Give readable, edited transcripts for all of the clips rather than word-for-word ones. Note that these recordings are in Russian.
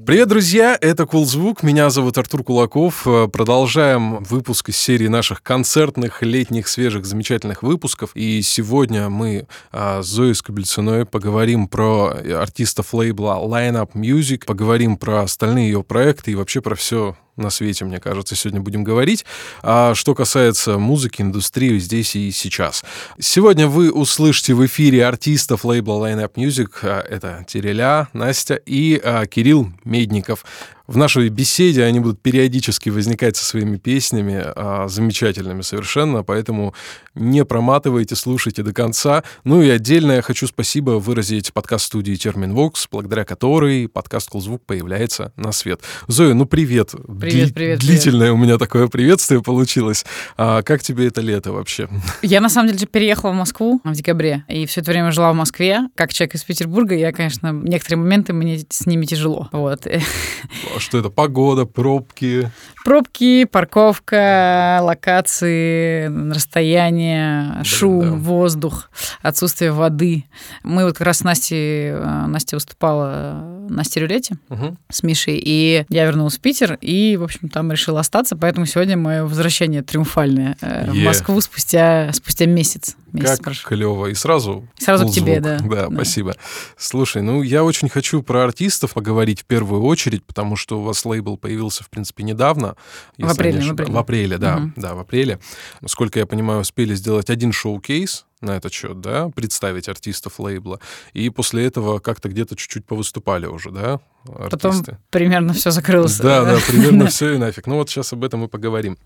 Привет, друзья! Это «Кулзвук». Меня зовут Артур Кулаков. Продолжаем выпуск из серии наших концертных, летних, свежих, замечательных выпусков. И сегодня мы с Зоей Скобельциной поговорим про артистов лейбла Line Up Music, поговорим про остальные ее проекты и вообще про все на свете, мне кажется, сегодня будем говорить. А что касается музыки, индустрии здесь и сейчас. Сегодня вы услышите в эфире артистов лейбла Line Up Music. Это Тереля, Настя и Кирилл Медников. В нашей беседе они будут периодически возникать со своими песнями, замечательными совершенно, поэтому не проматывайте, слушайте до конца. Ну и отдельно я хочу спасибо выразить подкаст-студии Terminvox, благодаря которой подкаст «Кулзвук» появляется на свет. Зоя, ну привет. Привет. Длительное у меня такое приветствие получилось. Как тебе это лето вообще? Я, на самом деле, переехала в Москву в декабре, и все это время жила в Москве. Как человек из Петербурга, я, конечно, некоторые моменты мне с ними тяжело. Вот. Что это? Погода, пробки? Пробки, парковка, локации, расстояние, шум, воздух, отсутствие воды. Мы вот как раз с Настя выступала на стереолете с Мишей, и я вернулась в Питер, и, в общем, там решила остаться, поэтому сегодня мое возвращение триумфальное в Москву спустя месяц. Как клево. И сразу к тебе, да. Да, спасибо. Слушай, ну я очень хочу про артистов поговорить в первую очередь, потому что у вас лейбл появился, в принципе, недавно. В апреле. В апреле, да. Да, в апреле. Насколько я понимаю, успели сделать один шоу-кейс на этот счет, да, представить артистов лейбла, и после этого как-то где-то чуть-чуть повыступали уже, да, артисты? Потом примерно все закрылось. Да, примерно все и нафиг. Ну вот сейчас об этом и поговорим.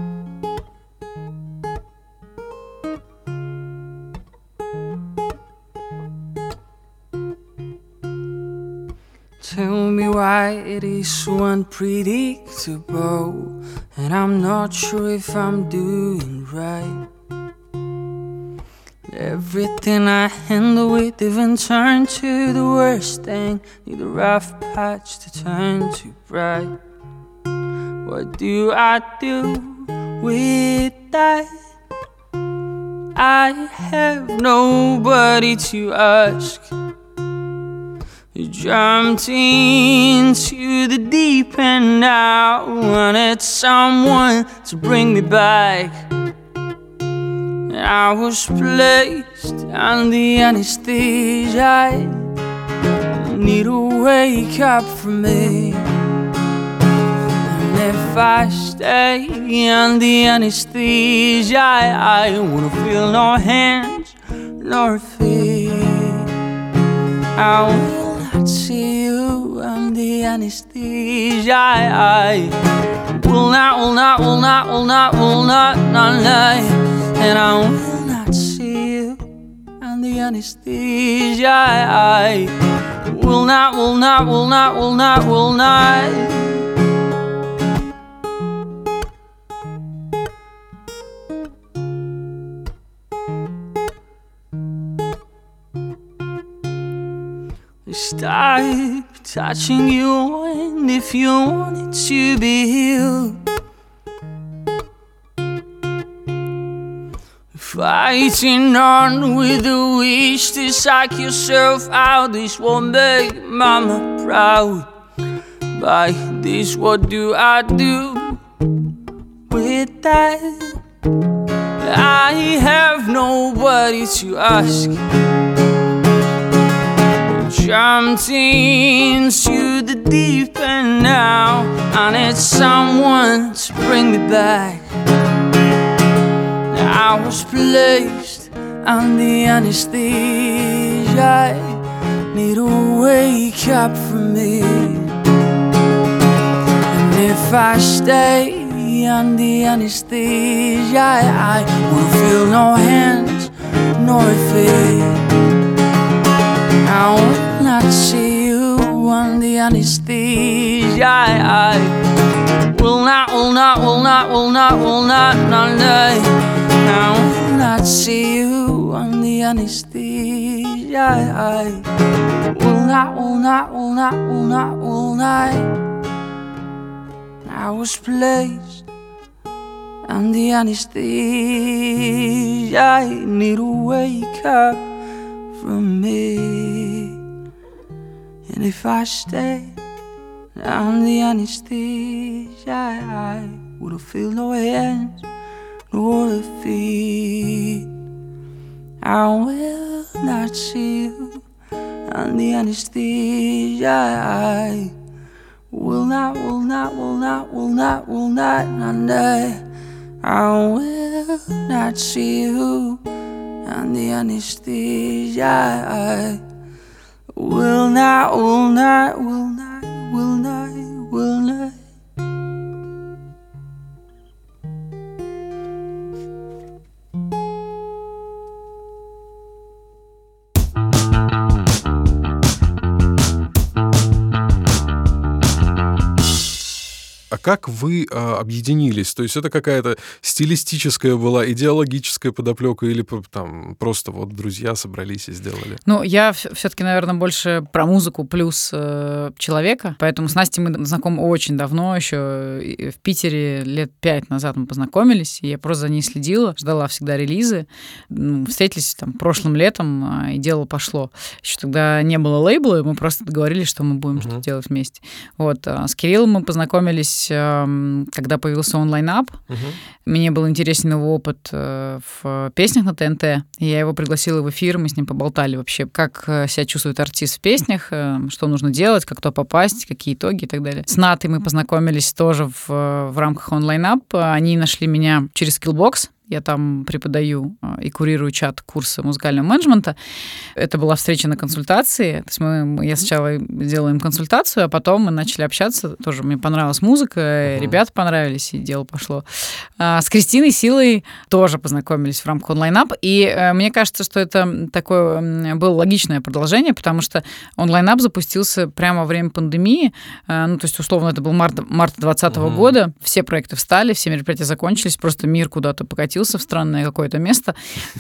Tell me why it is so unpredictable, and I'm not sure if I'm doing right. Everything I handle it even turn to the worst thing. Need a rough patch to turn to bright. What do I do with that? I have nobody to ask. You jumped into the deep end now. Wanted someone to bring me back. I was placed under anesthesia. Need to wake up from me. And if I stay under anesthesia, I won't feel no hands nor feet. I will not see you under anesthesia. I will not, and I will not see you under anesthesia. I will not. Stop touching you, and if you want it to be healed, fighting on with the wish to psych yourself out. This won't make mama proud. By this, what do I do with that? I have nobody to ask. Jumped into the deep end now. I need someone to bring me back. I was placed under anesthesia. Need to wake up from me. And if I stay under anesthesia, I won't feel no hands nor feet. I will not see you under anesthesia. I will not, I will not see you under anesthesia. I will not. I was placed under anesthesia. I need to wake up from me. And if I stay I'm the anesthesia. I would feel no hands nor the feet. I will not see you. I'm the anesthesia. I will not, will not, will not, will not, will not, and I will not see you. I'm the anesthesia. I will not, will not, will not, will not, will not. А как вы объединились? То есть это какая-то стилистическая была, идеологическая подоплека или там просто вот друзья собрались и сделали? Ну, я все-таки, наверное, больше про музыку плюс человека, поэтому с Настей мы знакомы очень давно, еще в Питере лет 5 назад мы познакомились, и я просто за ней следила, ждала всегда релизы. Встретились там прошлым летом, и дело пошло. Еще тогда не было лейбла, и мы просто договорились, что мы будем что-то делать вместе. Вот. С Кириллом мы познакомились, когда появился онлайн-ап. Мне был интересен его опыт в песнях на ТНТ. Я его пригласила в эфир, мы с ним поболтали вообще, как себя чувствует артист в песнях, что нужно делать, как туда попасть, какие итоги и так далее. С Натой мы познакомились тоже в рамках онлайн-ап. Они нашли меня через Skillbox. Я там преподаю и курирую чат курса музыкального менеджмента. Это была встреча на консультации. То есть я сначала делала им консультацию, а потом мы начали общаться. Тоже мне понравилась музыка, ребята понравились, и дело пошло. С Кристиной Силой тоже познакомились в рамках онлайн-ап. И мне кажется, что это такое было логичное продолжение, потому что онлайн-ап запустился прямо во время пандемии. Ну, то есть, условно, это был март 2020 года. Все проекты встали, все мероприятия закончились, просто мир куда-то покатился в странное какое-то место,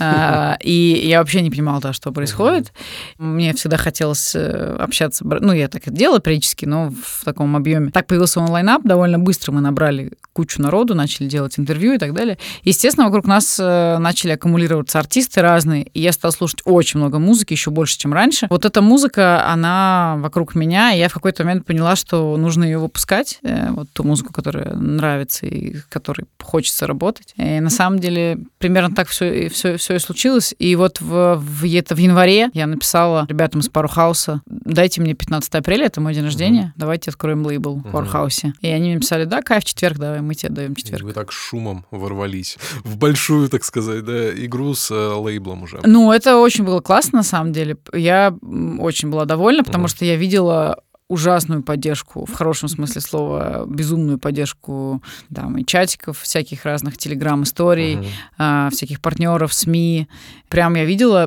и я вообще не понимала, да, что происходит. Мне всегда хотелось общаться, ну, я так и делала периодически, но в таком объеме. Так появился онлайн-ап, довольно быстро мы набрали кучу народу, начали делать интервью и так далее. Естественно, вокруг нас начали аккумулироваться артисты разные, и я стала слушать очень много музыки, еще больше, чем раньше. Вот эта музыка, она вокруг меня, и я в какой-то момент поняла, что нужно ее выпускать, вот ту музыку, которая нравится и которой хочется работать. И на самом деле примерно так все и случилось. И вот в январе я написала ребятам из Powerhouse: дайте мне 15 апреля, это мой день рождения, давайте откроем лейбл в Powerhouse. И они мне написали: да, кайф, четверг, давай, мы тебе даем четверг. И вы так шумом ворвались в большую, так сказать, да, игру с лейблом уже. Ну, это очень было классно, на самом деле. Я очень была довольна, потому что я видела ужасную поддержку, в хорошем смысле слова, безумную поддержку там, и чатиков, всяких разных телеграм-историй, всяких партнеров, СМИ. Прям я видела,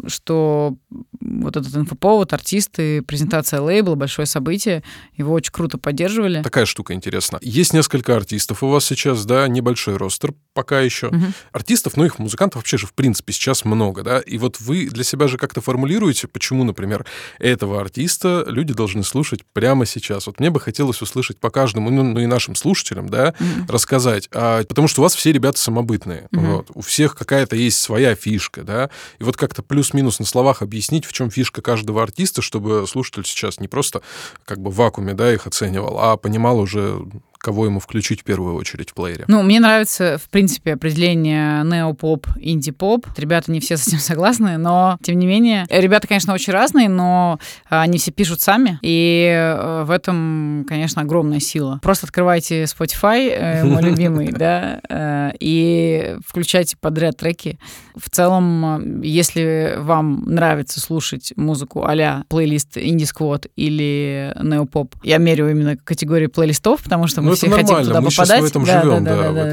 что вот этот инфоповод, артисты, презентация лейбла, большое событие, его очень круто поддерживали. Такая штука интересна. Есть несколько артистов у вас сейчас, да, небольшой ростер пока еще. Артистов, ну, их музыкантов вообще же, в принципе, сейчас много, да, и вот вы для себя же как-то формулируете, почему, например, этого артиста люди должны слушать прямо сейчас. Вот мне бы хотелось услышать по каждому, ну и нашим слушателям, да, рассказать, потому что у вас все ребята самобытные, вот, у всех какая-то есть своя фишка, да, и вот как-то плюс-минус на словах объяснить, в чем фишка каждого артиста, чтобы слушатель сейчас не просто как бы в вакууме, да, их оценивал, а понимал уже, кого ему включить в первую очередь в плеере. Ну, мне нравится, в принципе, определение нео-поп, инди-поп. Ребята не все с этим согласны, но, тем не менее, ребята, конечно, очень разные, но они все пишут сами, и в этом, конечно, огромная сила. Просто открывайте Spotify, мой любимый, да, и включайте подряд треки. В целом, если вам нравится слушать музыку а-ля плейлист Indie Squad или нео-поп, я меряю именно категории плейлистов, потому что мы все хотим туда мы попадать. Мы в этом живем,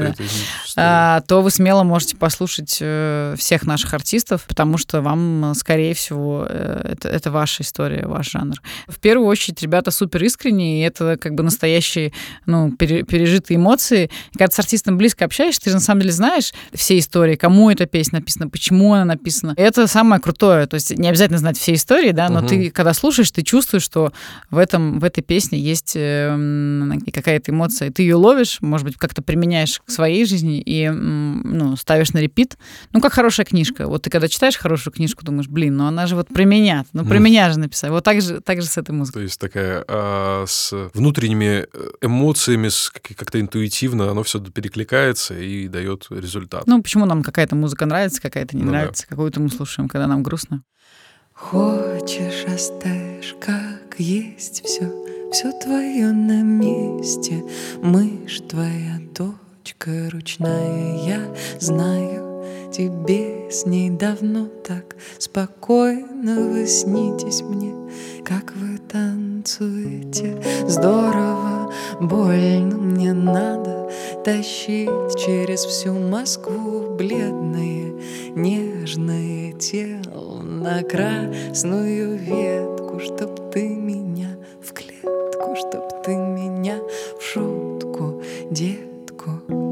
да. То вы смело можете послушать всех наших артистов, потому что вам, скорее всего, это ваша история, ваш жанр. В первую очередь, ребята супер искренние, и это как бы настоящие, ну, пережитые эмоции. И когда с артистом близко общаешься, ты же на самом деле знаешь все истории, кому эта песня написана, почему она написана. И это самое крутое. То есть не обязательно знать все истории, да, но ты, когда слушаешь, ты чувствуешь, что в этой песне есть какая-то эмоция, эмоция, ты ее ловишь, может быть, как-то применяешь к своей жизни и ставишь на репит. Как хорошая книжка. Вот ты когда читаешь хорошую книжку, думаешь, она же вот про меня. Про меня же написали. Вот так же с этой музыкой. То есть такая с внутренними эмоциями, как-то интуитивно оно все перекликается и дает результат. Почему нам какая-то музыка нравится, какая-то не нравится, какую-то мы слушаем, когда нам грустно. Хочешь, оставишь как есть все твое на месте. Мышь твоя, дочка ручная, я знаю. Тебе с ней давно так спокойно вы снитесь мне, как вы танцуете. Здорово, больно, мне надо тащить через всю Москву бледное, нежное тело на красную ветку, чтоб ты меня в клетку, чтоб ты меня в шутку, детку.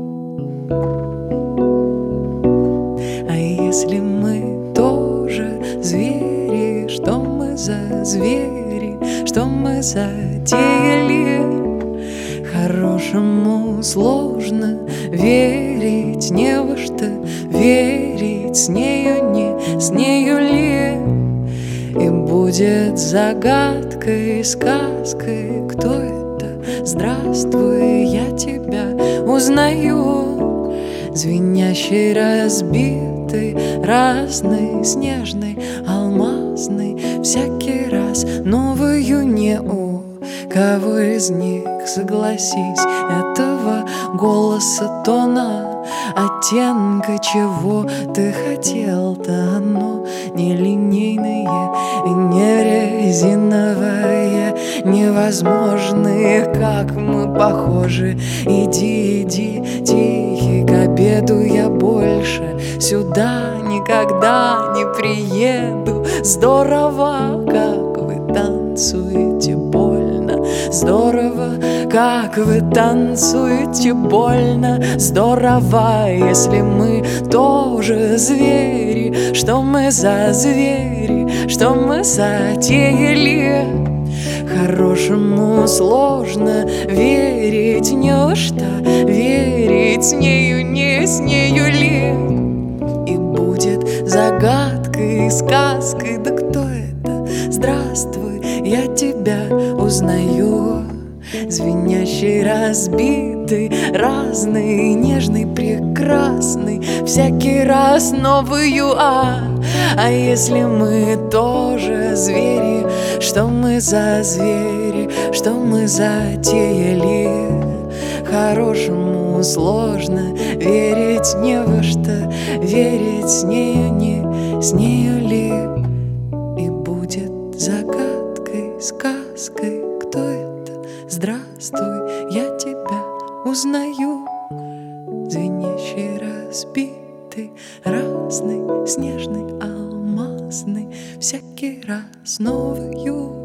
Если мы тоже звери, что мы за звери, что мы затеяли? Хорошему сложно верить, не во что верить, с нею ли? И будет загадкой, сказкой, кто это? Здравствуй, я тебя узнаю, звенящий, разбитый, разный, снежный, алмазный, всякий раз новую не у кого из них, согласись, этого голоса, тона, оттенка, чего ты хотел-то, оно нелинейное и не резиновое, невозможные, как мы похожи. Иди, тихий, к обеду я больше сюда никогда не приеду. Здорово, как вы танцуете больно, здорово, как вы танцуете больно, здорово, если мы тоже звери, что мы за звери, что мы затеяли. Хорошему сложно верить, не во что верить, с нею ли? И будет загадкой, сказкой, да кто это? Здравствуй, я тебя узнаю, звенящий, разбитый, разный, нежный, прекрасный, всякий раз новую. А если мы тоже звери, что мы за звери, что мы затеяли? Хорошему сложно верить, не во что верить, с нею ли? И будет загадкой, сказкой, кто это? Здравствуй, я тебя узнаю, звенящий, разбитый, разный, снежный, алмазный, всякий раз новую.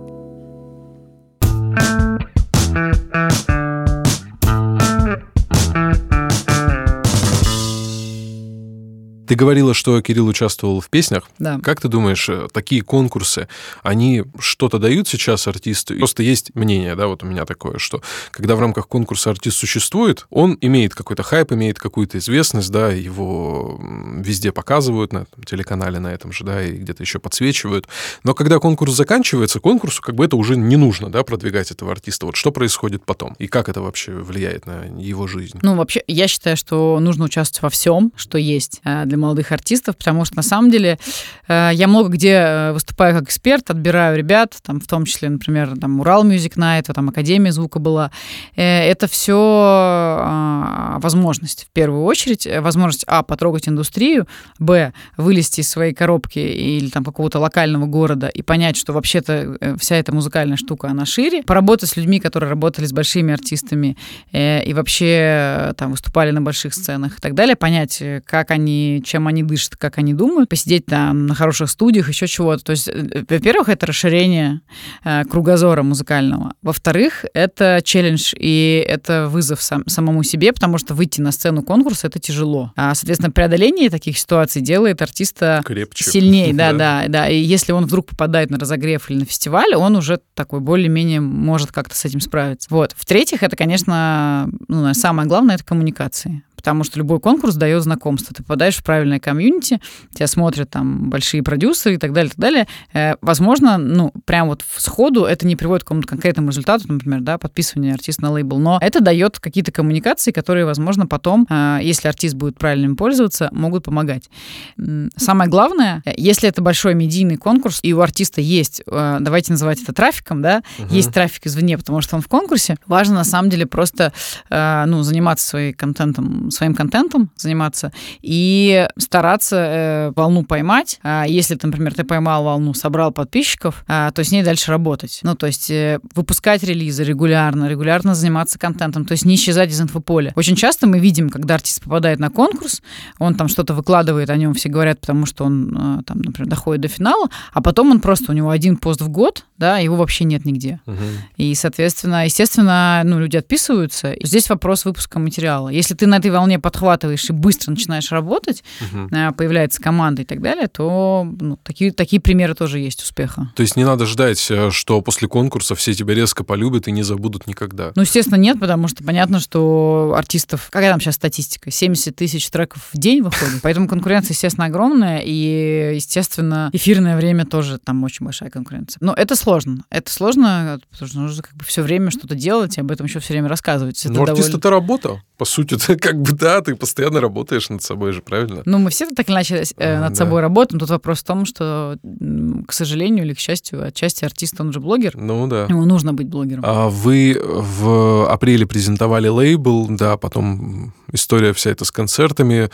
Ты говорила, что Кирилл участвовал в песнях. Да. Как ты думаешь, такие конкурсы, они что-то дают сейчас артисту? Просто есть мнение, да, вот у меня такое, что когда в рамках конкурса артист существует, он имеет какой-то хайп, имеет какую-то известность, да, его везде показывают на телеканале на этом же, да, и где-то еще подсвечивают. Но когда конкурс заканчивается, конкурсу как бы это уже не нужно, да, продвигать этого артиста. Вот что происходит потом? И как это вообще влияет на его жизнь? Вообще, я считаю, что нужно участвовать во всем, что есть для молодых артистов, потому что, на самом деле, я много где выступаю как эксперт, отбираю ребят, там, в том числе, например, там, Урал Music Night, там, Академия звука была. Это все возможность, в первую очередь, возможность, потрогать индустрию, вылезти из своей коробки или там какого-то локального города и понять, что вообще-то вся эта музыкальная штука, она шире, поработать с людьми, которые работали с большими артистами и вообще там выступали на больших сценах и так далее, понять, как они чем они дышат, как они думают, посидеть там на хороших студиях, еще чего-то. То есть, во-первых, это расширение кругозора музыкального. Во-вторых, это челлендж, и это вызов самому себе, потому что выйти на сцену конкурса — это тяжело. Соответственно, преодоление таких ситуаций делает артиста крепче, сильнее. Да. И если он вдруг попадает на разогрев или на фестиваль, он уже такой более-менее может как-то с этим справиться. Вот. В-третьих, это, конечно, самое главное — это коммуникации. Потому что любой конкурс дает знакомство. Ты попадаешь в правильное комьюнити, тебя смотрят там большие продюсеры и так далее, и так далее. Возможно, прям вот сходу это не приводит к какому-то конкретному результату, например, подписывание артиста на лейбл, но это дает какие-то коммуникации, которые, возможно, потом, если артист будет правильно им пользоваться, могут помогать. Самое главное, если это большой медийный конкурс, и у артиста есть, давайте называть это трафиком, есть трафик извне, потому что он в конкурсе, важно на самом деле просто заниматься своим контентом заниматься и стараться волну поймать. Если, например, ты поймал волну, собрал подписчиков, то с ней дальше работать. То есть выпускать релизы регулярно заниматься контентом, то есть не исчезать из инфополя. Очень часто мы видим, когда артист попадает на конкурс, он там что-то выкладывает, о нем все говорят, потому что он там, например, доходит до финала, а потом он просто, у него один пост в год, его вообще нет нигде. И, соответственно, естественно, люди отписываются. Здесь вопрос выпуска материала. Если ты на этой волне подхватываешь и быстро начинаешь работать, появляется команда и так далее, то такие примеры тоже есть успеха. То есть не надо ждать, что после конкурса все тебя резко полюбят и не забудут никогда? Естественно, нет, потому что понятно, что артистов... Какая там сейчас статистика? 70 тысяч треков в день выходит, поэтому конкуренция, естественно, огромная, и, естественно, эфирное время тоже там очень большая конкуренция. Но это сложно. Это сложно, потому что нужно все время что-то делать, и об этом еще все время рассказывать. Артист — это работа. По сути, ты постоянно работаешь над собой же, правильно? Мы все так или иначе над собой работаем. Тут вопрос в том, что, к сожалению или к счастью, отчасти артист, он же блогер. Да. Ему нужно быть блогером. Вы в апреле презентовали лейбл, потом история вся эта с концертами.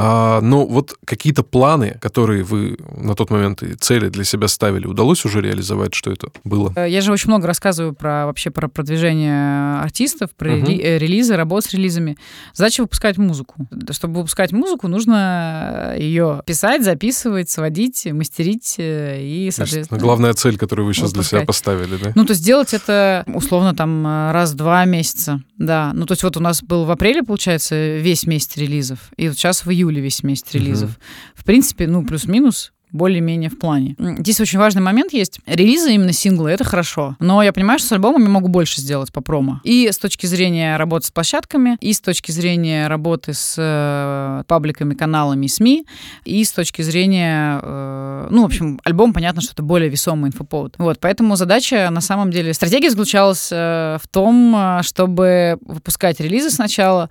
Но вот какие-то планы, которые вы на тот момент и цели для себя ставили, удалось уже реализовать? Что это было? Я же очень много рассказываю про продвижение артистов, про релизы, работу с релизами. Задача выпускать музыку. Чтобы выпускать музыку, нужно ее писать, записывать, сводить, мастерить и, соответственно... Главная цель, которую вы сейчас для себя поставили, да? То есть делать это условно там раз в 2 месяца. Да. То есть вот у нас был в апреле, получается, весь месяц релизов, и вот сейчас в июле весь месяц релизов. В принципе, плюс-минус более-менее в плане. Здесь очень важный момент есть. Релизы, именно синглы, это хорошо. Но я понимаю, что с альбомами могу больше сделать по промо. И с точки зрения работы с площадками, и с точки зрения работы с пабликами, каналами и СМИ, и с точки зрения... в общем, альбом, понятно, что это более весомый инфоповод. Поэтому задача, на самом деле... Стратегия заключалась в том, чтобы выпускать релизы сначала,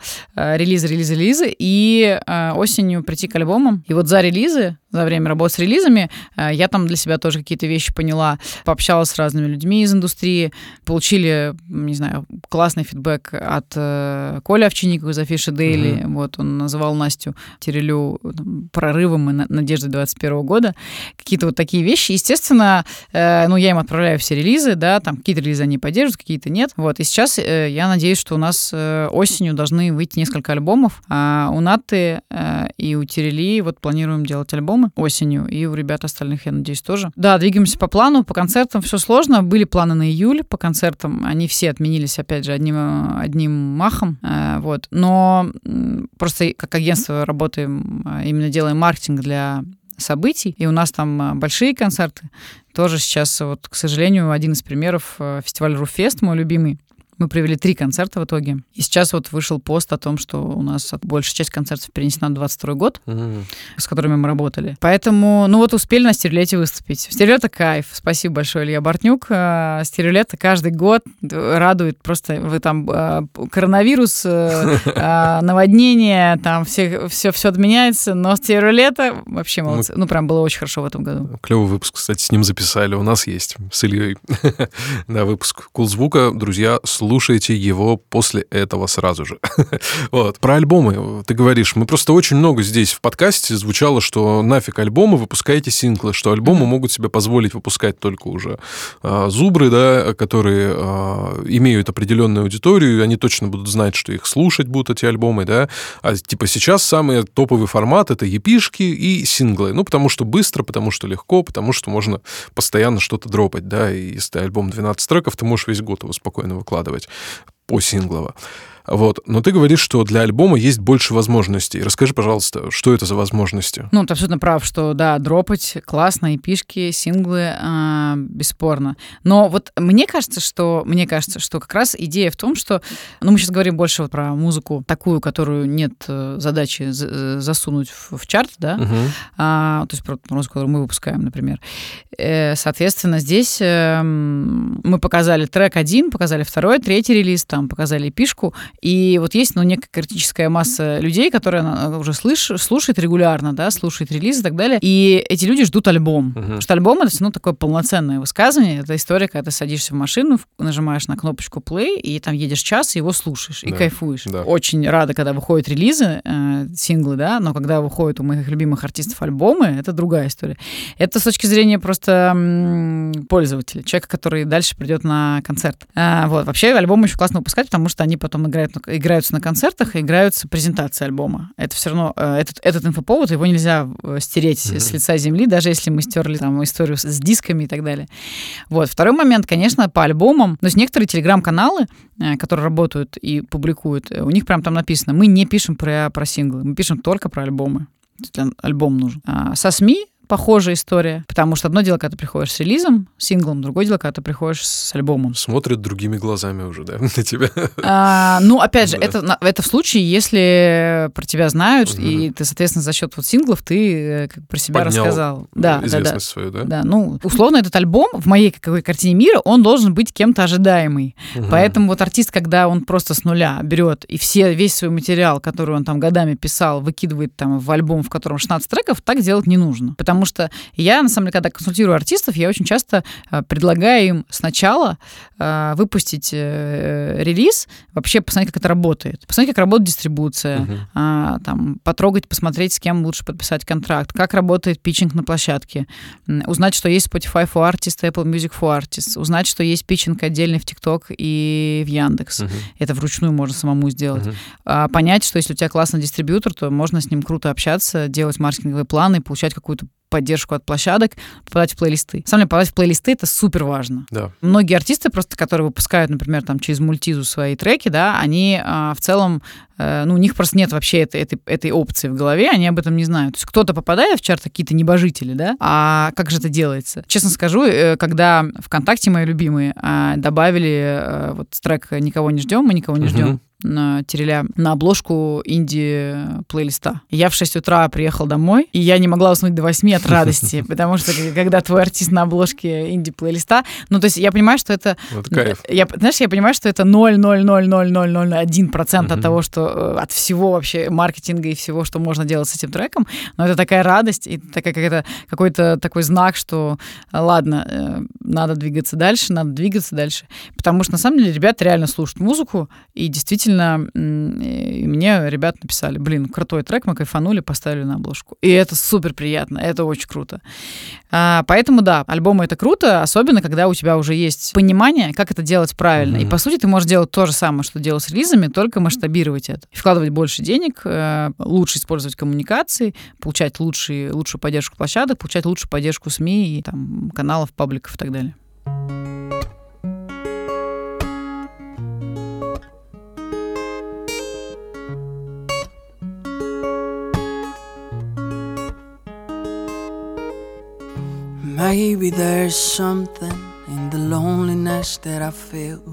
релизы, и осенью прийти к альбомам. И вот за релизы, за время работы с релизами, я там для себя тоже какие-то вещи поняла, пообщалась с разными людьми из индустрии, получили, не знаю, классный фидбэк от Коли Овчинникова из Афиши Дейли. Он называл Настю Терелю прорывом и надеждой 2021 года. Какие-то вот такие вещи. Естественно, я им отправляю все релизы, там какие-то релизы они поддерживают, какие-то нет. И сейчас я надеюсь, что у нас осенью должны выйти несколько альбомов. У Наты и у Терели планируем делать альбомы осенью, и у ребят остальных, я надеюсь, тоже. Да, двигаемся по плану, по концертам все сложно. Были планы на июль, по концертам они все отменились, опять же, одним махом. Но просто как агентство работаем, именно делаем маркетинг для событий, и у нас там большие концерты. Тоже сейчас, к сожалению, один из примеров фестиваль Руфест, мой любимый. Мы провели 3 концерта в итоге. И сейчас вышел пост о том, что у нас большая часть концертов перенесена на 22 год, с которыми мы работали. Поэтому, успели на Стереолете выступить. Стереолета — кайф. Спасибо большое, Илья Бортнюк. Стереолета каждый год радует. Просто вы там коронавирус, наводнение, там все отменяется, но Стереолета вообще молодцы. Прям было очень хорошо в этом году. Клевый выпуск, кстати, с ним записали. У нас есть с Ильей. Да, выпуск Кулзвука. Друзья, слушайте слушаете его после этого сразу же. Вот. Про альбомы ты говоришь. Мы просто очень много здесь в подкасте звучало, что нафиг альбомы, выпускаете синглы, что альбомы могут себе позволить выпускать только уже зубры, да, которые имеют определенную аудиторию, и они точно будут знать, что их слушать будут эти альбомы, да. А типа сейчас самый топовый формат — это EP-шки и синглы. Ну, потому что быстро, потому что легко, потому что можно постоянно что-то дропать, да. И если альбом 12 треков, ты можешь весь год его спокойно выкладывать посинглово. Вот. Но ты говоришь, что для альбома есть больше возможностей. Расскажи, пожалуйста, что это за возможности? Ну, ты абсолютно прав, что, да, дропать классно, эпишки, синглы, бесспорно. Но вот мне кажется, что как раз идея в том, что... Ну, мы сейчас говорим больше вот про музыку такую, которую нет задачи засунуть в чарт, да? То есть про музыку, которую мы выпускаем, например. Соответственно, здесь мы показали трек 1, показали 2-й, 3-й релиз, там, показали эпишку. И вот есть, некая критическая масса людей, которые уже слушает регулярно, да, слушает релиз и так далее. И эти люди ждут альбом. Потому что альбом — это все равно такое полноценное высказывание. Это история, когда ты садишься в машину, нажимаешь на кнопочку play, и там едешь час, и его слушаешь, и кайфуешь. Да. Очень рада, когда выходят релизы, синглы, да, но когда выходят у моих любимых артистов альбомы, это другая история. Это с точки зрения просто пользователя, человека, который дальше придет на концерт. Вот. Вообще альбомы еще классно выпускать, потому что они потом играются на концертах, и играются презентации альбома. Это все равно, этот инфоповод, его нельзя стереть с лица земли, даже если мы стерли там историю с дисками и так далее. Вот. Второй момент, конечно, по альбомам. То есть некоторые телеграм-каналы, которые работают и публикуют, у них прям там написано: мы не пишем про синглы, мы пишем только про альбомы. Альбом нужен. Со СМИ похожая история, потому что одно дело, когда ты приходишь с релизом, синглом, другое дело, когда ты приходишь с альбомом. Смотрят другими глазами уже, да, на тебя. Опять же, это в случае, если про тебя знают, и ты, соответственно, за счет вот синглов ты про себя рассказал. Да, известность свою, да? Да, условно, этот альбом в моей какой картине мира, он должен быть кем-то ожидаемый. Поэтому вот артист, когда он просто с нуля берет и весь свой материал, который он там годами писал, выкидывает там в альбом, в котором 16 треков, так делать не нужно. Потому что я, на самом деле, когда консультирую артистов, я очень часто предлагаю им сначала выпустить релиз, вообще посмотреть, как это работает. Посмотреть, как работает дистрибуция, там, потрогать, посмотреть, с кем лучше подписать контракт, как работает питчинг на площадке, узнать, что есть Spotify for Artists, Apple Music for Artists, узнать, что есть питчинг отдельный в TikTok и в Яндекс. Это вручную можно самому сделать. Понять, что если у тебя классный дистрибьютор, то можно с ним круто общаться, делать маркетинговые планы, получать какую-то поддержку от площадок, попадать в плейлисты. На самом деле, попадать в плейлисты — это супер важно. Да. Многие артисты, просто которые выпускают, например, там, через мультизу свои треки, да, они в целом, у них просто нет вообще этой опции в голове, они об этом не знают. То есть кто-то попадает в чарт, какие-то небожители, да, а как же это делается? Честно скажу, когда ВКонтакте мои любимые добавили вот трек «Никого не ждем», мы никого не ждем, на Тереля на обложку инди-плейлиста. Я в 6 утра приехала домой, и я не могла уснуть до 8 от радости, потому что когда твой артист на обложке инди-плейлиста, то есть я понимаю, что это... Вот кайф. Я понимаю, что это 0,0000001% от того, что от всего вообще маркетинга и всего, что можно делать с этим треком, но это такая радость и какой-то такой знак, что ладно, надо двигаться дальше, потому что на самом деле ребята реально слушают музыку, и действительно мне ребята написали: блин, крутой трек, мы кайфанули, поставили на обложку. И это супер приятно, это очень круто. Поэтому да, альбомы — это круто, особенно когда у тебя уже есть понимание, как это делать правильно. И по сути ты можешь делать то же самое, что делал с релизами, только масштабировать это. И вкладывать больше денег, лучше использовать коммуникации, получать лучшую поддержку площадок, получать лучшую поддержку СМИ и там, каналов, пабликов и так далее. Maybe there's something in the loneliness that I feel,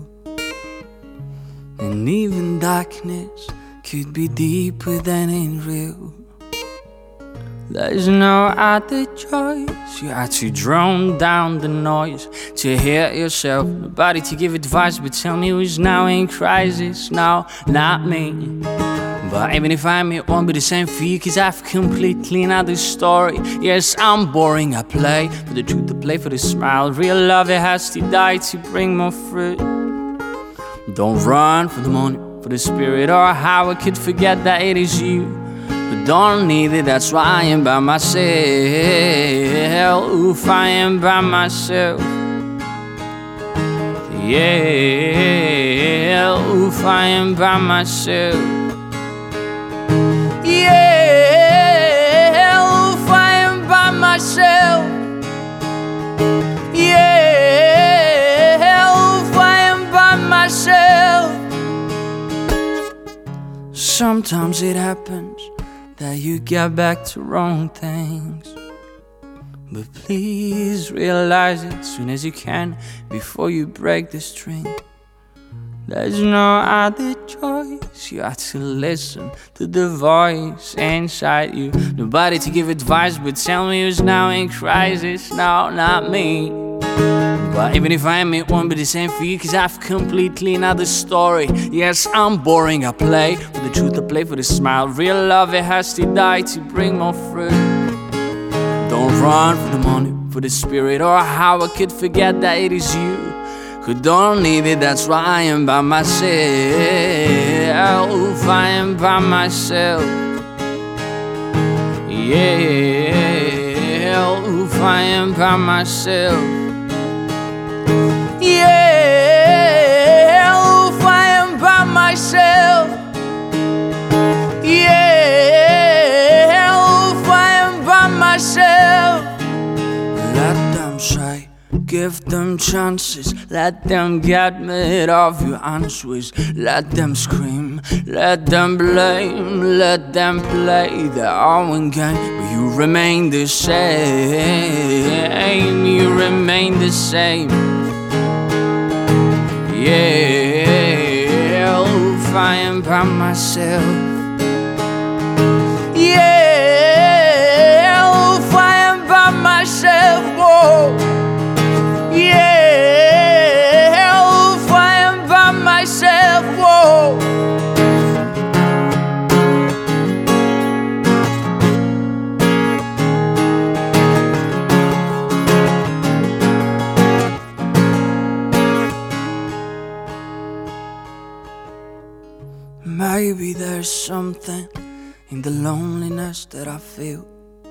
and even darkness could be deeper than it's real. There's no other choice. You are too drowned down the noise to hear yourself. Nobody to give advice, but tell me who's now in crisis. No, not me. But even if I'm, it won't be the same for you, 'cause I've completely another story. Yes, I'm boring, I play for the truth, I play for the smile. Real love, it has to die to bring more fruit. Don't run for the money, for the spirit, or how I could forget that it is you who don't need it. That's why I am by myself. I am by myself. Yeah, I am by myself. Yeah, I am by myself. Yeah, I am by myself. Sometimes it happens that you get back to wrong things, but please realize it as soon as you can before you break the string. There's no other choice. You have to listen to the voice inside you. Nobody to give advice, but tell me who's now in crisis. No, not me. But even if I am, it won't be the same for you, 'cause I've completely another story. Yes, I'm boring, I play for the truth, I play for the smile. Real love, it has to die to bring more fruit. Don't run for the money, for the spirit, or how I could forget that it is you who don't need it. That's why I am by myself. I am by myself. Yeah, I am by myself. Yeah, I am by myself. Yeah, I am by myself. Let them say, give them chances, let them get mad of your answers. Let them scream, let them blame, let them play their own game. But you remain the same, you remain the same. Yeah, I am by myself. Yeah, I am by myself. Whoa. Yeah, I am by myself. Whoa. Maybe there's something in the loneliness that I feel.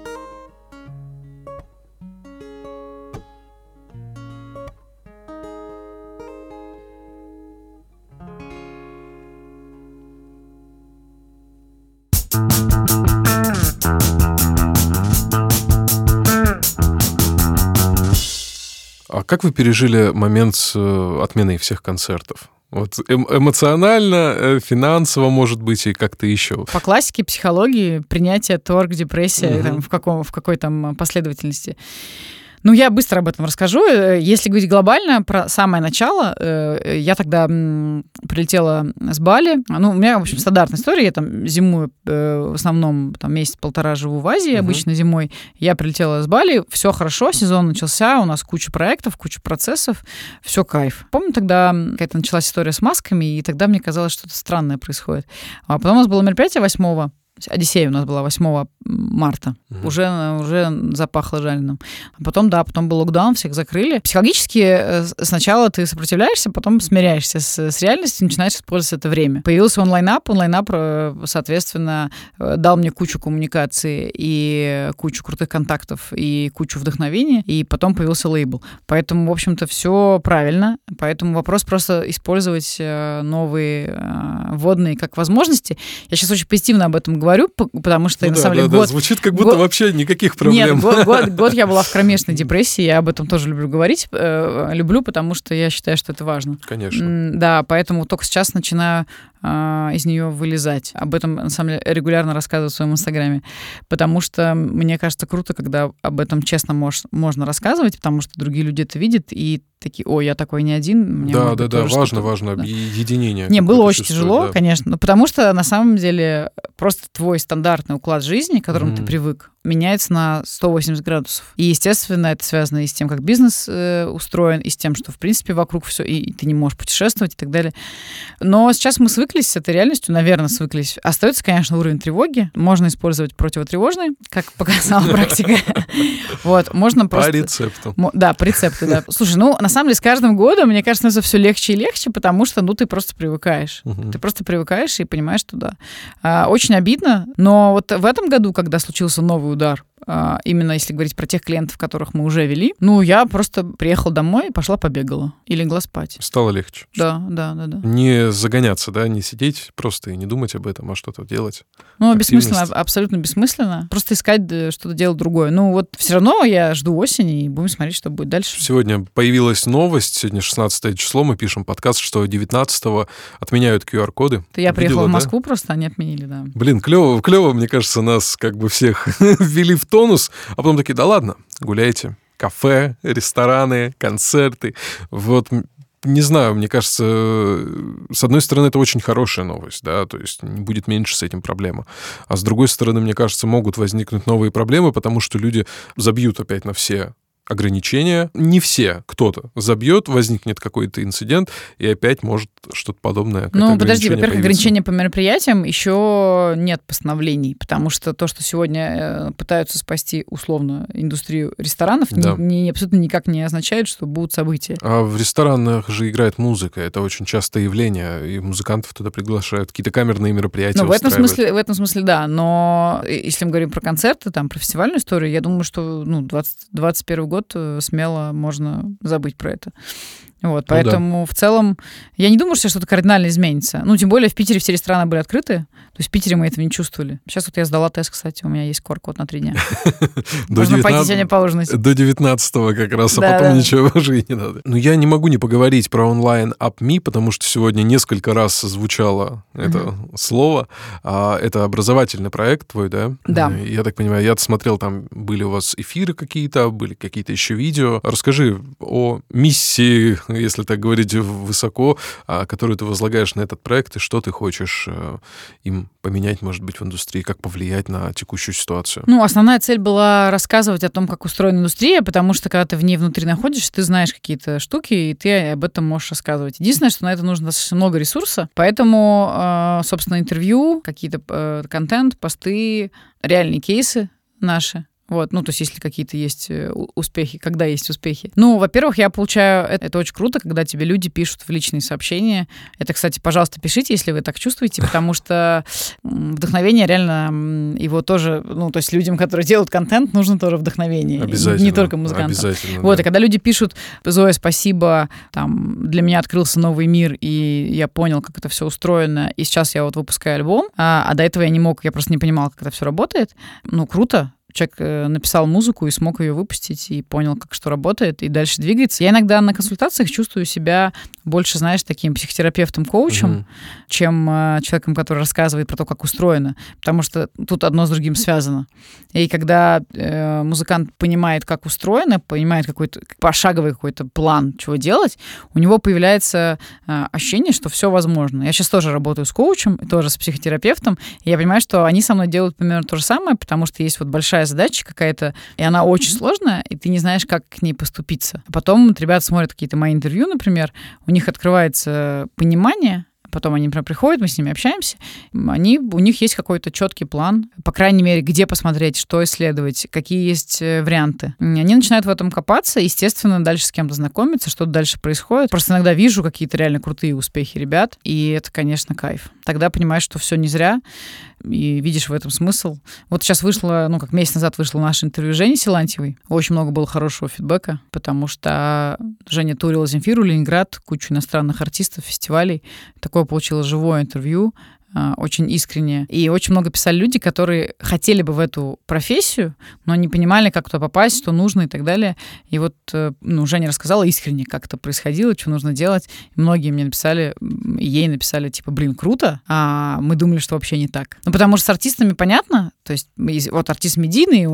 А как вы пережили момент с отменой всех концертов? Вот эмоционально, финансово, может быть, и как-то еще. По классике психологии принятие, торг, депрессия, там, в какой там последовательности. Ну, я быстро об этом расскажу. Если говорить глобально, про самое начало, я тогда прилетела с Бали. Ну, у меня, в общем, стандартная история. Я там зимую, в основном, там, месяц-полтора живу в Азии, обычно зимой. Я прилетела с Бали, все хорошо, сезон начался, у нас куча проектов, куча процессов, все кайф. Помню, тогда какая-то началась история с масками, и тогда мне казалось, что-то странное происходит. А потом у нас было мероприятие 8-го. Одиссея у нас была 8 марта. Уже запахло жареным. А потом был локдаун, всех закрыли. Психологически сначала ты сопротивляешься, потом смиряешься с реальностью, начинаешь использовать это время. Появился онлайн-ап, соответственно, дал мне кучу коммуникации и кучу крутых контактов и кучу вдохновения, и потом появился лейбл. Поэтому, в общем-то, все правильно. Поэтому вопрос просто использовать новые вводные как возможности. Я сейчас очень позитивно об этом говорю, потому что, на самом деле, год... Звучит, как будто вообще никаких проблем. Нет, год я была в кромешной депрессии, я об этом тоже люблю говорить. Люблю, потому что я считаю, что это важно. Конечно. Да, поэтому только сейчас начинаю из нее вылезать. Об этом, на самом деле, регулярно рассказываю в своем инстаграме, потому что мне кажется круто, когда об этом честно можно рассказывать, потому что другие люди это видят и такие, я такой не один. Да, важно, объединение. Не, было очень тяжело, да. Конечно, потому что, на самом деле, просто твой стандартный уклад жизни, к которому ты привык, меняется на 180 градусов. И, естественно, это связано и с тем, как бизнес устроен, и с тем, что, в принципе, вокруг все, и ты не можешь путешествовать и так далее. Но сейчас мы свыклись с этой реальностью, наверное, свыклись. Остается, конечно, уровень тревоги. Можно использовать противотревожный, как показала практика. Вот, можно просто... По рецепту. Да, по рецепту, да. Слушай, на самом деле, с каждым годом, мне кажется, это все легче и легче, потому что, ты просто привыкаешь. Ты просто привыкаешь и понимаешь, что да. Очень обидно, но вот в этом году, когда случился новый удар, именно если говорить про тех клиентов, которых мы уже вели, я просто приехала домой, пошла побегала и легла спать. Стало легче. Да. Не загоняться, да, не сидеть просто и не думать об этом, а что-то делать. Бессмысленно, абсолютно бессмысленно. Просто искать что-то делать другое. Все равно я жду осени и будем смотреть, что будет дальше. Сегодня появилась новость, сегодня 16 число, мы пишем подкаст, что 19-го отменяют QR-коды. Я приехала в Москву, просто они отменили, да. Блин, клево, мне кажется, нас как бы всех ввели в тонус, а потом такие, да ладно, гуляйте. Кафе, рестораны, концерты. Вот, не знаю, мне кажется, с одной стороны, это очень хорошая новость, да, то есть не будет меньше с этим проблемы. А с другой стороны, мне кажется, могут возникнуть новые проблемы, потому что люди забьют опять на все ограничения. Не все, кто-то забьет, возникнет какой-то инцидент, и опять может что-то подобное. Подожди, во-первых, ограничения по мероприятиям еще нет постановлений, потому что то, что сегодня пытаются спасти условно индустрию ресторанов, да. Абсолютно никак не означает, что будут события. А в ресторанах же играет музыка, это очень частое явление, и музыкантов туда приглашают, какие-то камерные мероприятия устраивают. В этом смысле, да, но если мы говорим про концерты, про фестивальную историю, я думаю, что 2021 год смело можно забыть про это. Поэтому в целом я не думаю, что что-то кардинально изменится. Тем более в Питере все рестораны были открыты. То есть в Питере мы этого не чувствовали. Сейчас я сдала тест, кстати, у меня есть QR-код на 3 дня. Можно пойти сегодня поужинать. До 19-го как раз, а потом ничего уже и не надо. Я не могу не поговорить про онлайн AppMe, потому что сегодня несколько раз звучало это слово. Это образовательный проект твой, да? Да. Я так понимаю, я смотрел, там были у вас эфиры какие-то, были какие-то еще видео. Расскажи о миссии, если так говорить высоко, которую ты возлагаешь на этот проект, и что ты хочешь им поменять, может быть, в индустрии, как повлиять на текущую ситуацию? Основная цель была рассказывать о том, как устроена индустрия, потому что, когда ты в ней внутри находишься, ты знаешь какие-то штуки, и ты об этом можешь рассказывать. Единственное, что на это нужно достаточно много ресурса, поэтому, собственно, интервью, какие-то контент, посты, реальные кейсы наши. То есть если какие-то есть успехи, когда есть успехи. Во-первых, я получаю... Это очень круто, когда тебе люди пишут в личные сообщения. Это, кстати, пожалуйста, пишите, если вы так чувствуете, потому что вдохновение реально его тоже... то есть людям, которые делают контент, нужно тоже вдохновение. Обязательно. Не только музыкантам. Обязательно, И когда люди пишут: Зоя, спасибо, для меня открылся новый мир, и я понял, как это все устроено, и сейчас я выпускаю альбом, а до этого я не мог, я просто не понимал, как это все работает. Круто. Человек написал музыку и смог ее выпустить, и понял, как что работает, и дальше двигается. Я иногда на консультациях чувствую себя больше, таким психотерапевтом-коучем, чем человеком, который рассказывает про то, как устроено. Потому что тут одно с другим связано. И когда музыкант понимает, как устроено, понимает какой-то пошаговый какой-то план, чего делать, у него появляется ощущение, что все возможно. Я сейчас тоже работаю с коучем, тоже с психотерапевтом, и я понимаю, что они со мной делают примерно то же самое, потому что есть большая задача какая-то, и она очень сложная, и ты не знаешь, как к ней поступиться. А потом ребята смотрят какие-то мои интервью, например, у них открывается понимание, потом они, например, приходят, мы с ними общаемся, у них есть какой-то четкий план, по крайней мере, где посмотреть, что исследовать, какие есть варианты. Они начинают в этом копаться, естественно, дальше с кем-то знакомиться, что дальше происходит. Просто иногда вижу какие-то реально крутые успехи ребят, и это, конечно, кайф. Тогда понимаешь, что все не зря, и видишь в этом смысл. Сейчас вышло, как месяц назад вышло наше интервью с Женей Силантьевой. Очень много было хорошего фидбэка, потому что Женя турила Земфиру, Ленинград, кучу иностранных артистов, фестивалей. Такое получила живое интервью, очень искренне. И очень много писали люди, которые хотели бы в эту профессию, но не понимали, как туда попасть, что нужно и так далее. И Женя рассказала искренне, как это происходило, что нужно делать. И многие мне написали, ей написали, круто, а мы думали, что вообще не так. Потому что с артистами понятно, то есть артист медийный,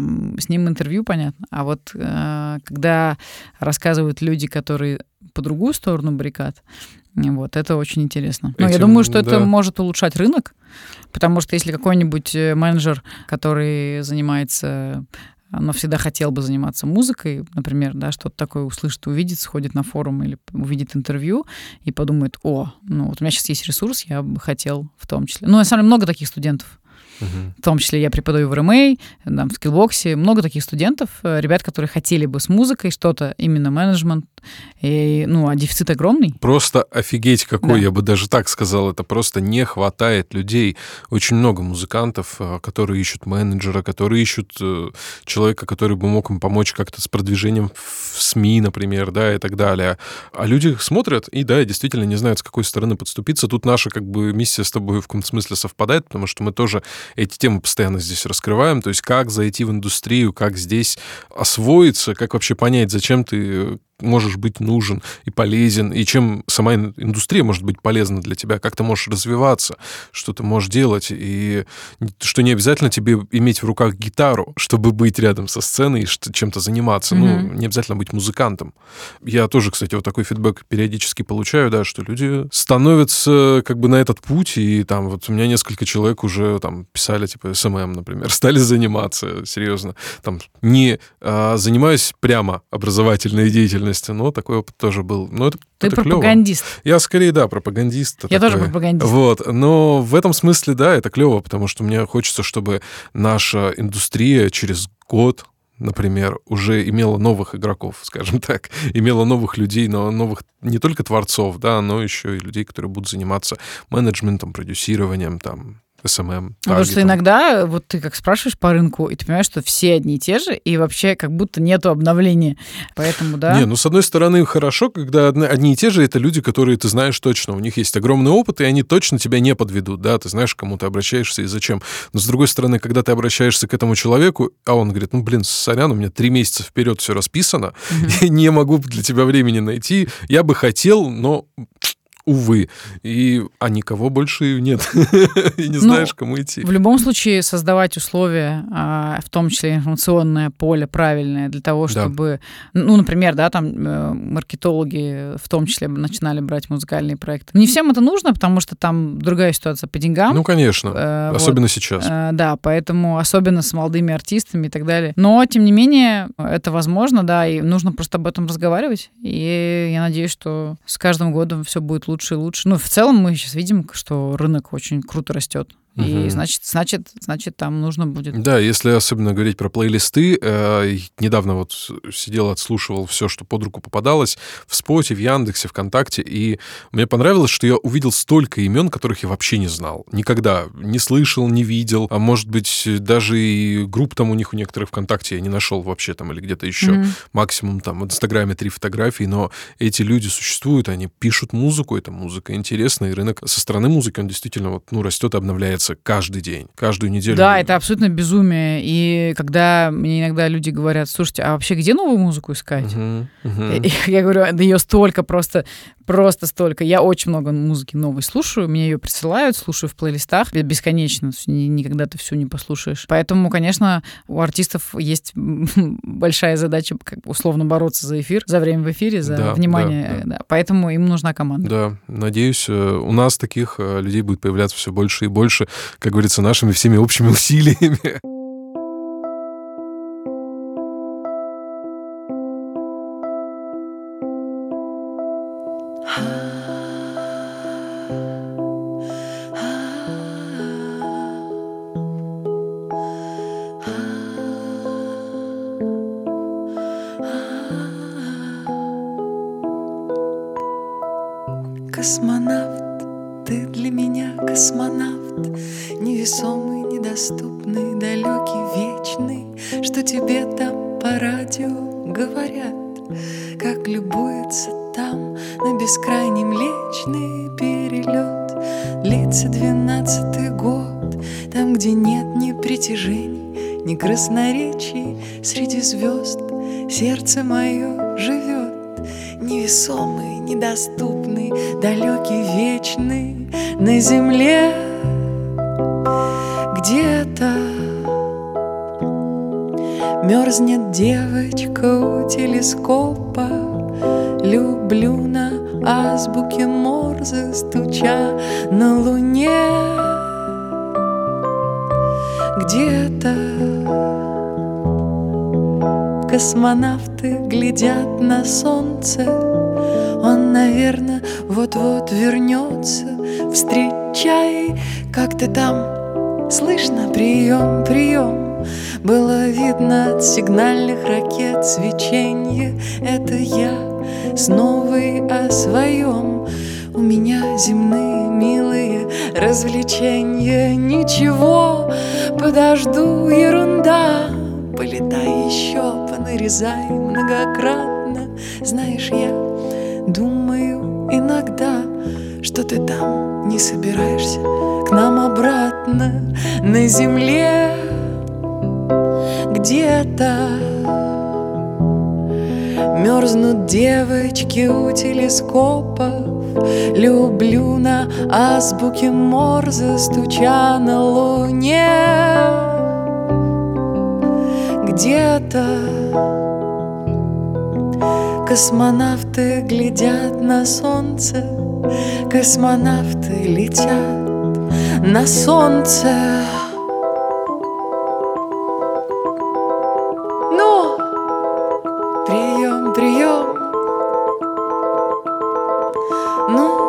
с ним интервью понятно. А когда рассказывают люди, которые по другую сторону баррикад, Вот, это очень интересно. Но я думаю, что это может улучшать рынок, потому что если какой-нибудь менеджер, который занимается, но всегда хотел бы заниматься музыкой, например, да, что-то такое услышит, увидит, сходит на форум или увидит интервью и подумает, вот у меня сейчас есть ресурс, я бы хотел в том числе. На самом деле много таких студентов. В том числе я преподаю в РМА, в Skillbox. Много таких студентов, ребят, которые хотели бы с музыкой что-то, именно менеджмент. А дефицит огромный. Просто офигеть какой, я бы даже так сказал. Это просто не хватает людей. Очень много музыкантов, которые ищут менеджера, которые ищут человека, который бы мог им помочь как-то с продвижением в СМИ, например, да, и так далее. А люди смотрят и, действительно не знают, с какой стороны подступиться. Тут наша миссия с тобой в каком-то смысле совпадает, потому что мы тоже эти темы постоянно здесь раскрываем, то есть как зайти в индустрию, как здесь освоиться, как вообще понять, зачем ты можешь быть нужен и полезен, и чем сама индустрия может быть полезна для тебя, как ты можешь развиваться, что ты можешь делать, и что не обязательно тебе иметь в руках гитару, чтобы быть рядом со сценой и чем-то заниматься, не обязательно быть музыкантом. Я тоже, кстати, вот такой фидбэк периодически получаю, что люди становятся на этот путь, и у меня несколько человек уже писали, СММ, например, стали заниматься, серьезно, не занимаюсь прямо образовательной деятельностью, но такой опыт тоже был. Ты пропагандист. Клево. Я скорее, пропагандист. Я тоже пропагандист. Но в этом смысле, это клево, потому что мне хочется, чтобы наша индустрия через год, например, уже имела новых игроков, скажем так, имела новых людей, но новых не только творцов, но еще и людей, которые будут заниматься менеджментом, продюсированием, СММ. Потому что иногда ты как спрашиваешь по рынку, и ты понимаешь, что все одни и те же, и вообще как будто нету обновления. Поэтому, с одной стороны, хорошо, когда одни и те же, это люди, которые ты знаешь точно, у них есть огромный опыт, и они точно тебя не подведут, ты знаешь, к кому ты обращаешься и зачем. Но с другой стороны, когда ты обращаешься к этому человеку, а он говорит, сорян, у меня 3 месяца вперед все расписано, я не могу для тебя времени найти, я бы хотел, но... Увы. А никого больше нет. И не знаешь, кому идти. В любом случае, создавать условия, в том числе информационное поле правильное, для того, чтобы... например, маркетологи в том числе начинали брать музыкальные проекты. Не всем это нужно, потому что там другая ситуация по деньгам. Конечно. Особенно сейчас. Поэтому особенно с молодыми артистами и так далее. Но, тем не менее, это возможно, и нужно просто об этом разговаривать. И я надеюсь, что с каждым годом все будет лучше и лучше. В целом мы сейчас видим, что рынок очень круто растет. И значит, там нужно будет... Да, если особенно говорить про плейлисты, недавно сидел, отслушивал все, что под руку попадалось в Споте, в Яндексе, ВКонтакте, и мне понравилось, что я увидел столько имен, которых я вообще не знал. Никогда не слышал, не видел, а может быть, даже и групп у них у некоторых ВКонтакте я не нашел вообще или где-то еще. Максимум в Инстаграме 3 фотографии, но эти люди существуют, они пишут музыку, эта музыка интересна, и рынок со стороны музыки, он действительно растет и обновляется каждый день, каждую неделю. Да, это абсолютно безумие. И когда мне иногда люди говорят, слушайте, а вообще где новую музыку искать? Я говорю, ее столько, просто столько. Я очень много музыки новой слушаю, мне ее присылают, слушаю в плейлистах бесконечно, никогда ты всю не послушаешь. Поэтому, конечно, у артистов есть большая задача условно бороться за эфир, за время в эфире, за внимание. Да. Поэтому им нужна команда. Да, надеюсь, у нас таких людей будет появляться все больше и больше, как говорится, нашими всеми общими усилиями. Космонавт, ты для меня космонавт, невесомый, недоступный, далекий, вечный. Что тебе там по радио говорят, как любуется там на бескрайний Млечный перелет. Длится 12-й год, там, где нет ни притяжений, ни красноречий, среди звезд сердце мое живет. Невесомый, недоступный, далекий, вечный, на земле где-то мерзнет девочка у телескопа. Люблю на азбуке моря Морзе, стуча на луне. Где-то космонавты глядят на солнце. Он, наверное, вот-вот вернется. Встречай, как ты там? Слышно, прием, прием. Было видно от сигнальных ракет свеченье. Это я с новой о своем. У меня земные милые развлечения. Ничего, подожду, ерунда. Полетай еще, понарезай многократно. Знаешь, я думаю иногда, что ты там не собираешься к нам обратно. На земле где-то мерзнут девочки у телескопов. Люблю на азбуке Морзе, стуча на луне. Где-то космонавты глядят на солнце. Космонавты летят на солнце. Ну, прием, прием. Ну,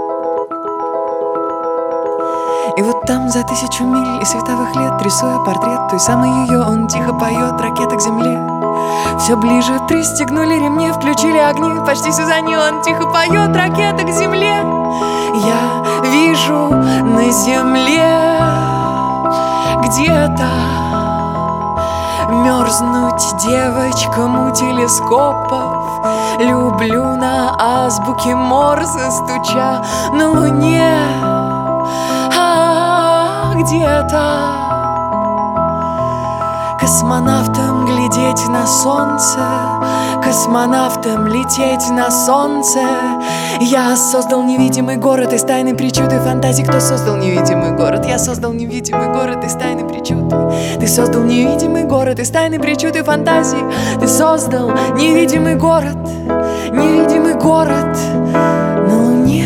и вот там за 1000 миль и световых лет, рисуя портрет той самой ее, он тихо поет, ракета к земле. Все ближе пристегнули ремни, включили огни, почти Сюзанне он тихо поет, ракета к земле. Я вижу на земле где-то мерзнуть девочкам у телескопов. Люблю на азбуке Морзе, стуча на луне. Где-то космонавтам глядеть на солнце, космонавтам лететь на солнце. Я создал невидимый город из тайной причуды фантазий. Кто создал невидимый город? Я создал невидимый город из тайной причуды. Ты создал невидимый город из тайной причуды фантазий. Ты создал невидимый город на луне.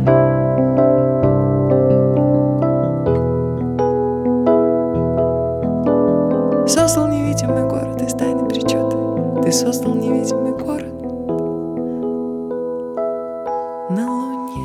Создал невидимый город из тайной причуды. Ты создал невидимый город на луне.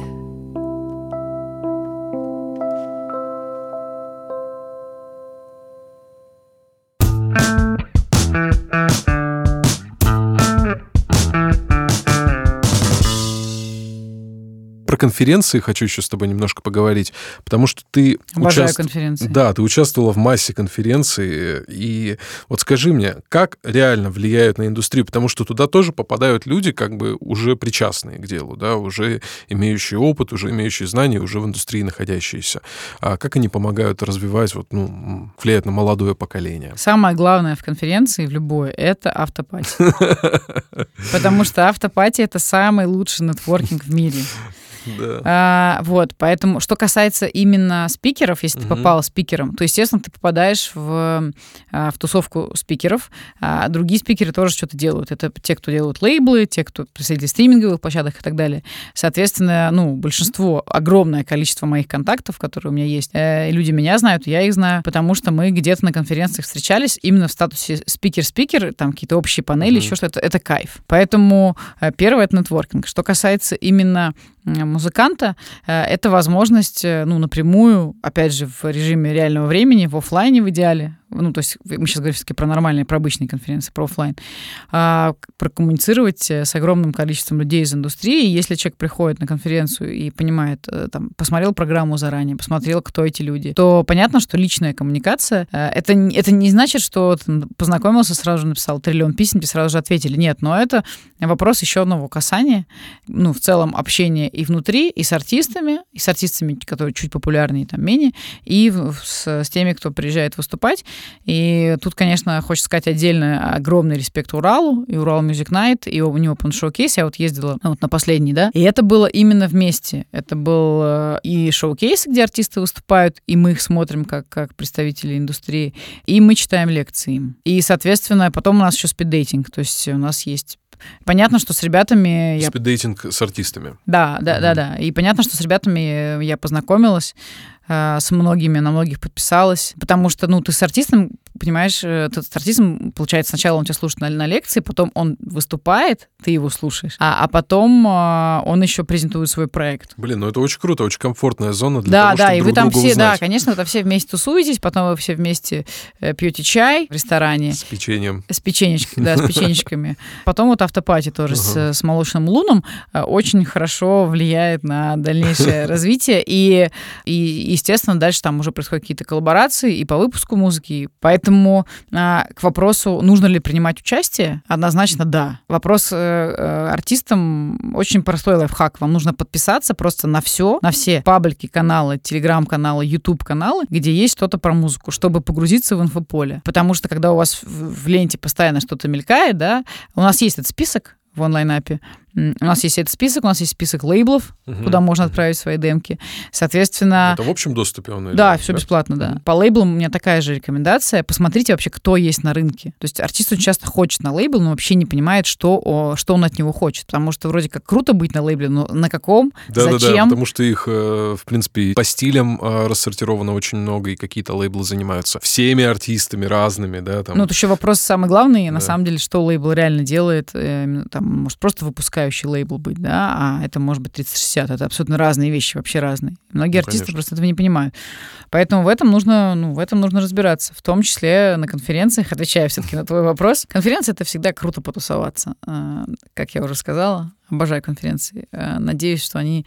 Про конференции хочу еще с тобой немножко поговорить, потому что ты... Обожаю конференции. Да, ты участвовала в массе конференций, и вот скажи мне, как реально влияют на индустрию, потому что туда тоже попадают люди, как бы уже причастные к делу, да, уже имеющие опыт, уже имеющие знания, уже в индустрии находящиеся. А как они помогают развивать, вот, ну, влиять на молодое поколение? Самое главное в конференции, в любой, это автопати. Потому что автопати — это самый лучший нетворкинг в мире. Да. Вот, поэтому, что касается именно спикеров, если ты попал спикером, то, естественно, ты попадаешь в тусовку спикеров, а другие спикеры тоже что-то делают. Это те, кто делают лейблы, те, кто представители стриминговых площадок и так далее. Соответственно, ну, большинство, огромное количество моих контактов, которые у меня есть, люди меня знают, я их знаю, потому что мы где-то на конференциях встречались именно в статусе спикер-спикер, там какие-то общие панели, еще что-то. Это кайф. Поэтому первое — это нетворкинг. Что касается именно музыканта, это возможность, ну, напрямую, опять же, в режиме реального времени, в офлайне в идеале, ну, то есть мы сейчас говорим все-таки про нормальные, про обычные конференции, про офлайн, прокоммуницировать с огромным количеством людей из индустрии. Если человек приходит на конференцию и понимает, там, посмотрел программу заранее, посмотрел, кто эти люди, то понятно, что личная коммуникация, это не значит, что ты познакомился, сразу же написал триллион писем, тебе сразу же ответили. Нет, но это вопрос еще одного касания, ну, в целом общения и внутри, и с артистами, которые чуть популярнее, там, менее, и с теми, кто приезжает выступать. И тут, конечно, хочется сказать отдельно огромный респект Уралу, и Урал Music Night, и у него Open Showcase. Я вот ездила вот на последний, да, и это было именно вместе. Это был и шоу-кейс, где артисты выступают, и мы их смотрим как представители индустрии, и мы читаем лекции им. И, соответственно, потом у нас еще спиддейтинг, то есть у нас есть Понятно, что с ребятами... Спиддейтинг с артистами. Да. И понятно, что с ребятами я познакомилась, с многими, на многих подписалась, потому что, ты с артистом, понимаешь, ты с артистом, получается, сначала он тебя слушает на лекции, потом он выступает, ты его слушаешь, а потом он еще презентует свой проект. Блин, это очень круто, очень комфортная зона для того, чтобы и друг вы там друга все, узнать. да, конечно, вы там все вместе тусуетесь, потом вы все вместе пьете чай в ресторане. С печеньем. С печенечками. Потом автопати тоже с молочным луном очень хорошо влияет на дальнейшее развитие, и естественно, дальше там уже происходят какие-то коллаборации и по выпуску музыки. Поэтому к вопросу, нужно ли принимать участие, однозначно да. Вопрос артистам очень простой лайфхак. Вам нужно подписаться просто на все паблики, каналы, телеграм-каналы, ютуб-каналы, где есть что-то про музыку, чтобы погрузиться в инфополе. Потому что когда у вас в ленте постоянно что-то мелькает, да, у нас есть этот список в онлайн-апе. У нас есть этот список, у нас есть список лейблов, куда можно отправить свои демки. Соответственно... Это в общем доступе он? Да, все бесплатно, да. По лейблам у меня такая же рекомендация. Посмотрите вообще, кто есть на рынке. То есть артист очень часто хочет на лейбл, но вообще не понимает, что он от него хочет. Потому что вроде как круто быть на лейбле, но на каком, зачем? Да, потому что их, в принципе, по стилям рассортировано очень много, и какие-то лейблы занимаются всеми артистами разными, да. Там. Вот еще вопрос самый главный, на самом деле, что лейбл реально делает. Там, может, просто выпускающий лейбл быть, да, а это может быть 3060. Это абсолютно разные вещи, вообще разные. Многие артисты конечно. просто этого не понимают. Поэтому в этом нужно разбираться. В том числе на конференциях, отвечая все-таки на твой вопрос. Конференция — это всегда круто потусоваться. Как я уже сказала, обожаю конференции. Надеюсь, что они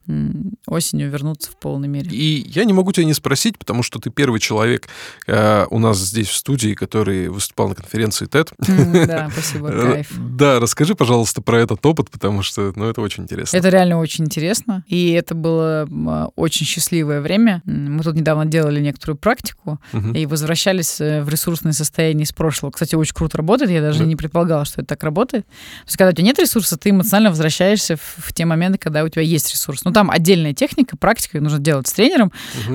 осенью вернутся в полной мере. И я не могу тебя не спросить, потому что ты первый человек у нас здесь в студии, который выступал на конференции TED. Да, спасибо, кайф. Да, расскажи, пожалуйста, про этот опыт, потому что, это очень интересно. Это реально очень интересно, и это было очень счастливое время. Мы тут недавно делали некоторую практику и возвращались в ресурсное состояние из прошлого. Кстати, очень круто работает, я даже не предполагала, что это так работает. То есть, когда у тебя нет ресурса, ты эмоционально возвращаешься в те моменты, когда у тебя есть ресурс. Там отдельная техника, практика, ее нужно делать с тренером,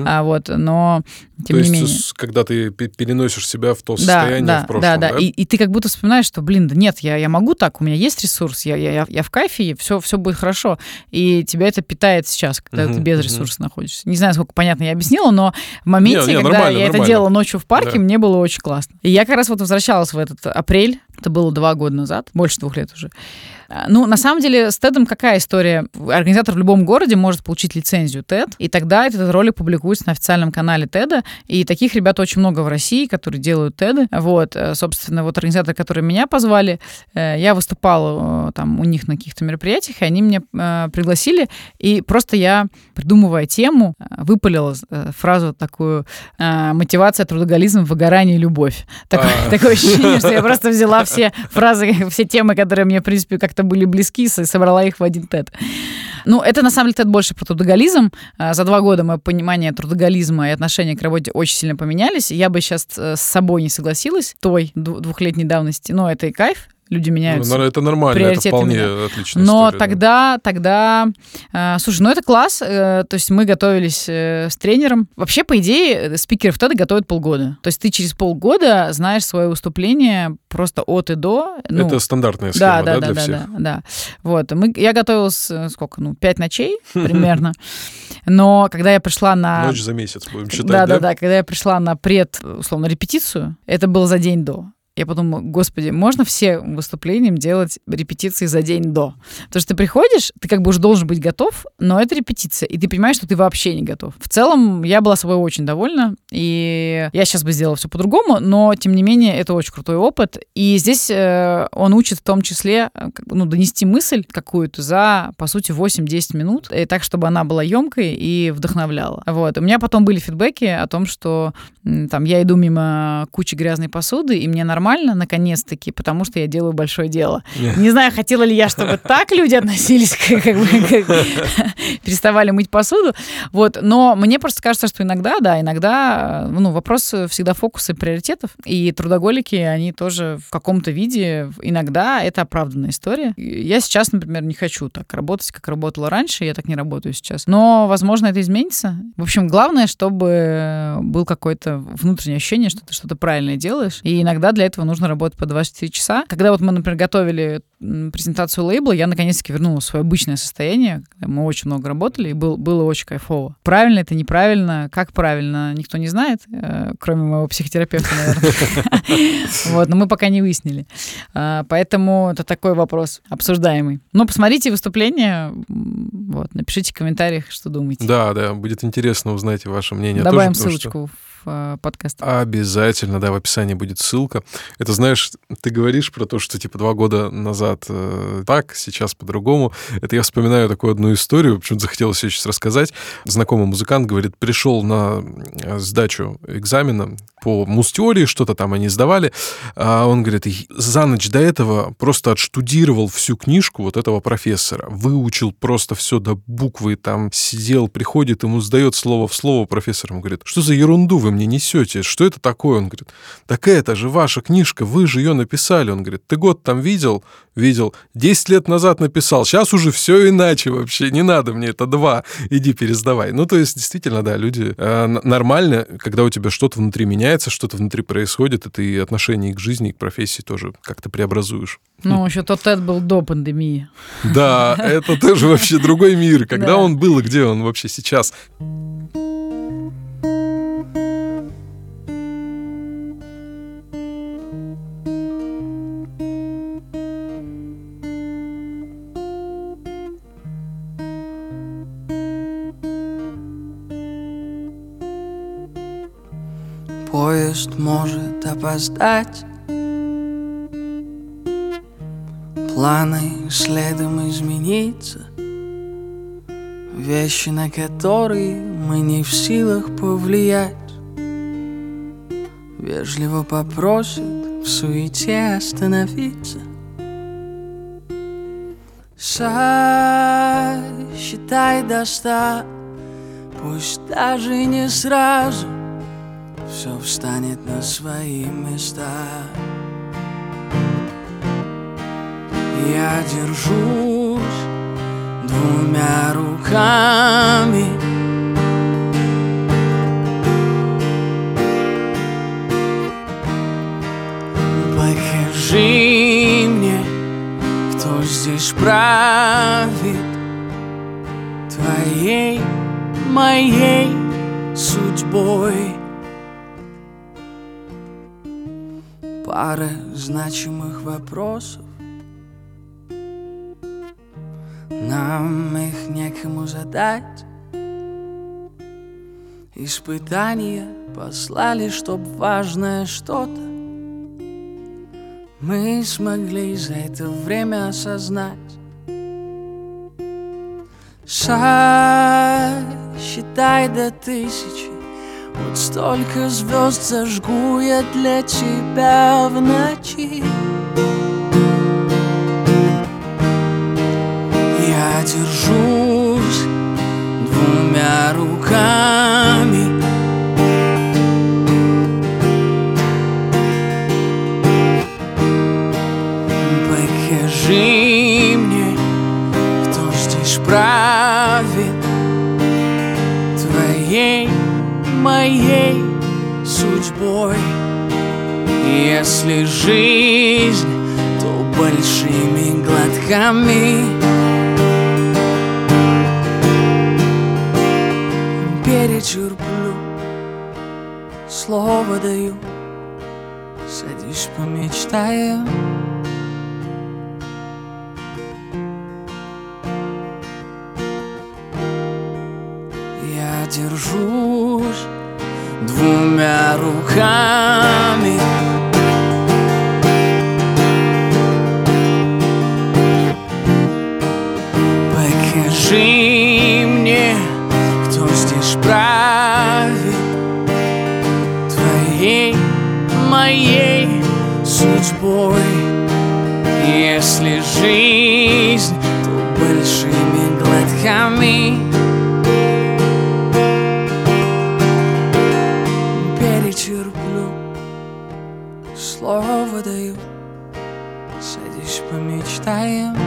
но тем не менее. Когда ты переносишь себя в то состояние в прошлом, да? И ты как будто вспоминаешь, что, нет, я могу так, у меня есть ресурс, я в кайфе, и все будет хорошо. И тебя это питает сейчас, когда ты без ресурса находишься. Не знаю, сколько понятно я объяснила, но в моменте, когда я это делала ночью в парке, мне было очень классно. И я как раз возвращалась в этот апрель, это было 2 года назад, больше 2 лет уже. На самом деле, с TED какая история? Организатор в любом городе может получить лицензию TED, и тогда этот ролик публикуется на официальном канале TED, и таких ребят очень много в России, которые делают TED. Собственно, организаторы, которые меня позвали, я выступала там у них на каких-то мероприятиях, и они меня пригласили, и просто я, придумывая тему, выпалила фразу такую: «Мотивация, трудоголизм, выгорание, любовь». Такое ощущение, что я просто взяла все фразы, все темы, которые мне, в принципе, как-то были близки, и собрала их в один TED. Это, на самом деле, TED больше про трудоголизм. За 2 года мое понимание трудоголизма и отношение к работе очень сильно поменялись. Я бы сейчас с собой не согласилась той 2-летней давности. Но это и кайф. Люди меняются. Это нормально, это вполне отличная но история. Тогда... Слушай, это класс. То есть мы готовились с тренером. Вообще, по идее, спикеров TED готовят полгода. То есть ты через полгода знаешь свое выступление просто от и до. Это стандартная схема, для всех? Да. Я готовилась, 5 ночей примерно. Но когда я пришла на... Ночь за месяц будем считать, Да. Когда я пришла на репетицию, это было за день до. Я подумала, господи, можно все выступлениям делать репетиции за день до? Потому что ты приходишь, ты как бы уже должен быть готов, но это репетиция, и ты понимаешь, что ты вообще не готов. В целом, я была собой очень довольна, и я сейчас бы сделала все по-другому, но, тем не менее, это очень крутой опыт. И здесь он учит в том числе донести мысль какую-то за, по сути, 8-10 минут, и так, чтобы она была емкой и вдохновляла. У меня потом были фидбэки о том, что я иду мимо кучи грязной посуды, и мне нормально, наконец-таки, потому что я делаю большое дело. Не знаю, хотела ли я, чтобы так люди относились, как переставали мыть посуду. Но мне просто кажется, что иногда вопрос всегда фокуса и приоритетов. И трудоголики, они тоже в каком-то виде, иногда это оправданная история. Я сейчас, например, не хочу так работать, как работала раньше, я так не работаю сейчас. Но, возможно, это изменится. В общем, главное, чтобы был какое-то внутреннее ощущение, что ты что-то правильное делаешь. И иногда для этого этого нужно работать по 24 часа. Когда вот мы, например, готовили презентацию лейбла, я наконец-таки вернулась в свое обычное состояние. Мы очень много работали, и было очень кайфово. Правильно это, неправильно, как правильно, никто не знает, кроме моего психотерапевта, наверное. Вот, но мы пока не выяснили. Поэтому это такой вопрос обсуждаемый. Но посмотрите выступление, вот, напишите в комментариях, что думаете. Да, будет интересно узнать ваше мнение. Добавим ссылочку в подкаст. Обязательно, да, в описании будет ссылка. Это, знаешь, ты говоришь про то, что, 2 года назад так, сейчас по-другому. Это я вспоминаю такую одну историю, почему-то захотелось ее сейчас рассказать. Знакомый музыкант, говорит, пришел на сдачу экзамена по муз-теории, что-то там они сдавали, а он, говорит, за ночь до этого просто отштудировал всю книжку вот этого профессора, выучил просто все до буквы, там сидел, приходит, ему сдает слово в слово, профессор ему говорит, что за ерунду вы мне несете, что это такое? Он говорит, так это же ваша книжка, вы же ее написали. Он говорит, ты год там видел, 10 лет назад написал, сейчас уже все иначе вообще, не надо мне, это 2, иди пересдавай. Ну, то есть, действительно, да, люди нормально, когда у тебя что-то внутри меняется, что-то внутри происходит, и ты отношение к жизни, и к профессии тоже как-то преобразуешь. Ну, еще тот Тед был до пандемии. Да, это тоже вообще другой мир. Когда он был и где он вообще сейчас? Поезд может опоздать, планы следом измениться, вещи, на которые мы не в силах повлиять. Вежливо попросит в суете остановиться. Сосчитай до 100, пусть даже не сразу, все встанет на свои места. Я держусь 2 руками, покажи мне, кто здесь правит, твоей, моей судьбой. Пара значимых вопросов, нам их некому задать. Испытания послали, чтоб важное что-то мы смогли за это время осознать. Сосчитай до 1000, вот столько звезд зажгу я для тебя в ночи. Я держусь 2 руками, покажи мне, кто здесь правит, твоей, моей судьбой. Если жизнь, то большими глотками перечерплю, слово даю, садись, помечтаем. Я держусь 2 руками, покажи мне, кто здесь правит, твоей, моей судьбой. Если жизнь, то большими глотками перечерплю, слово даю, садись, помечтаем.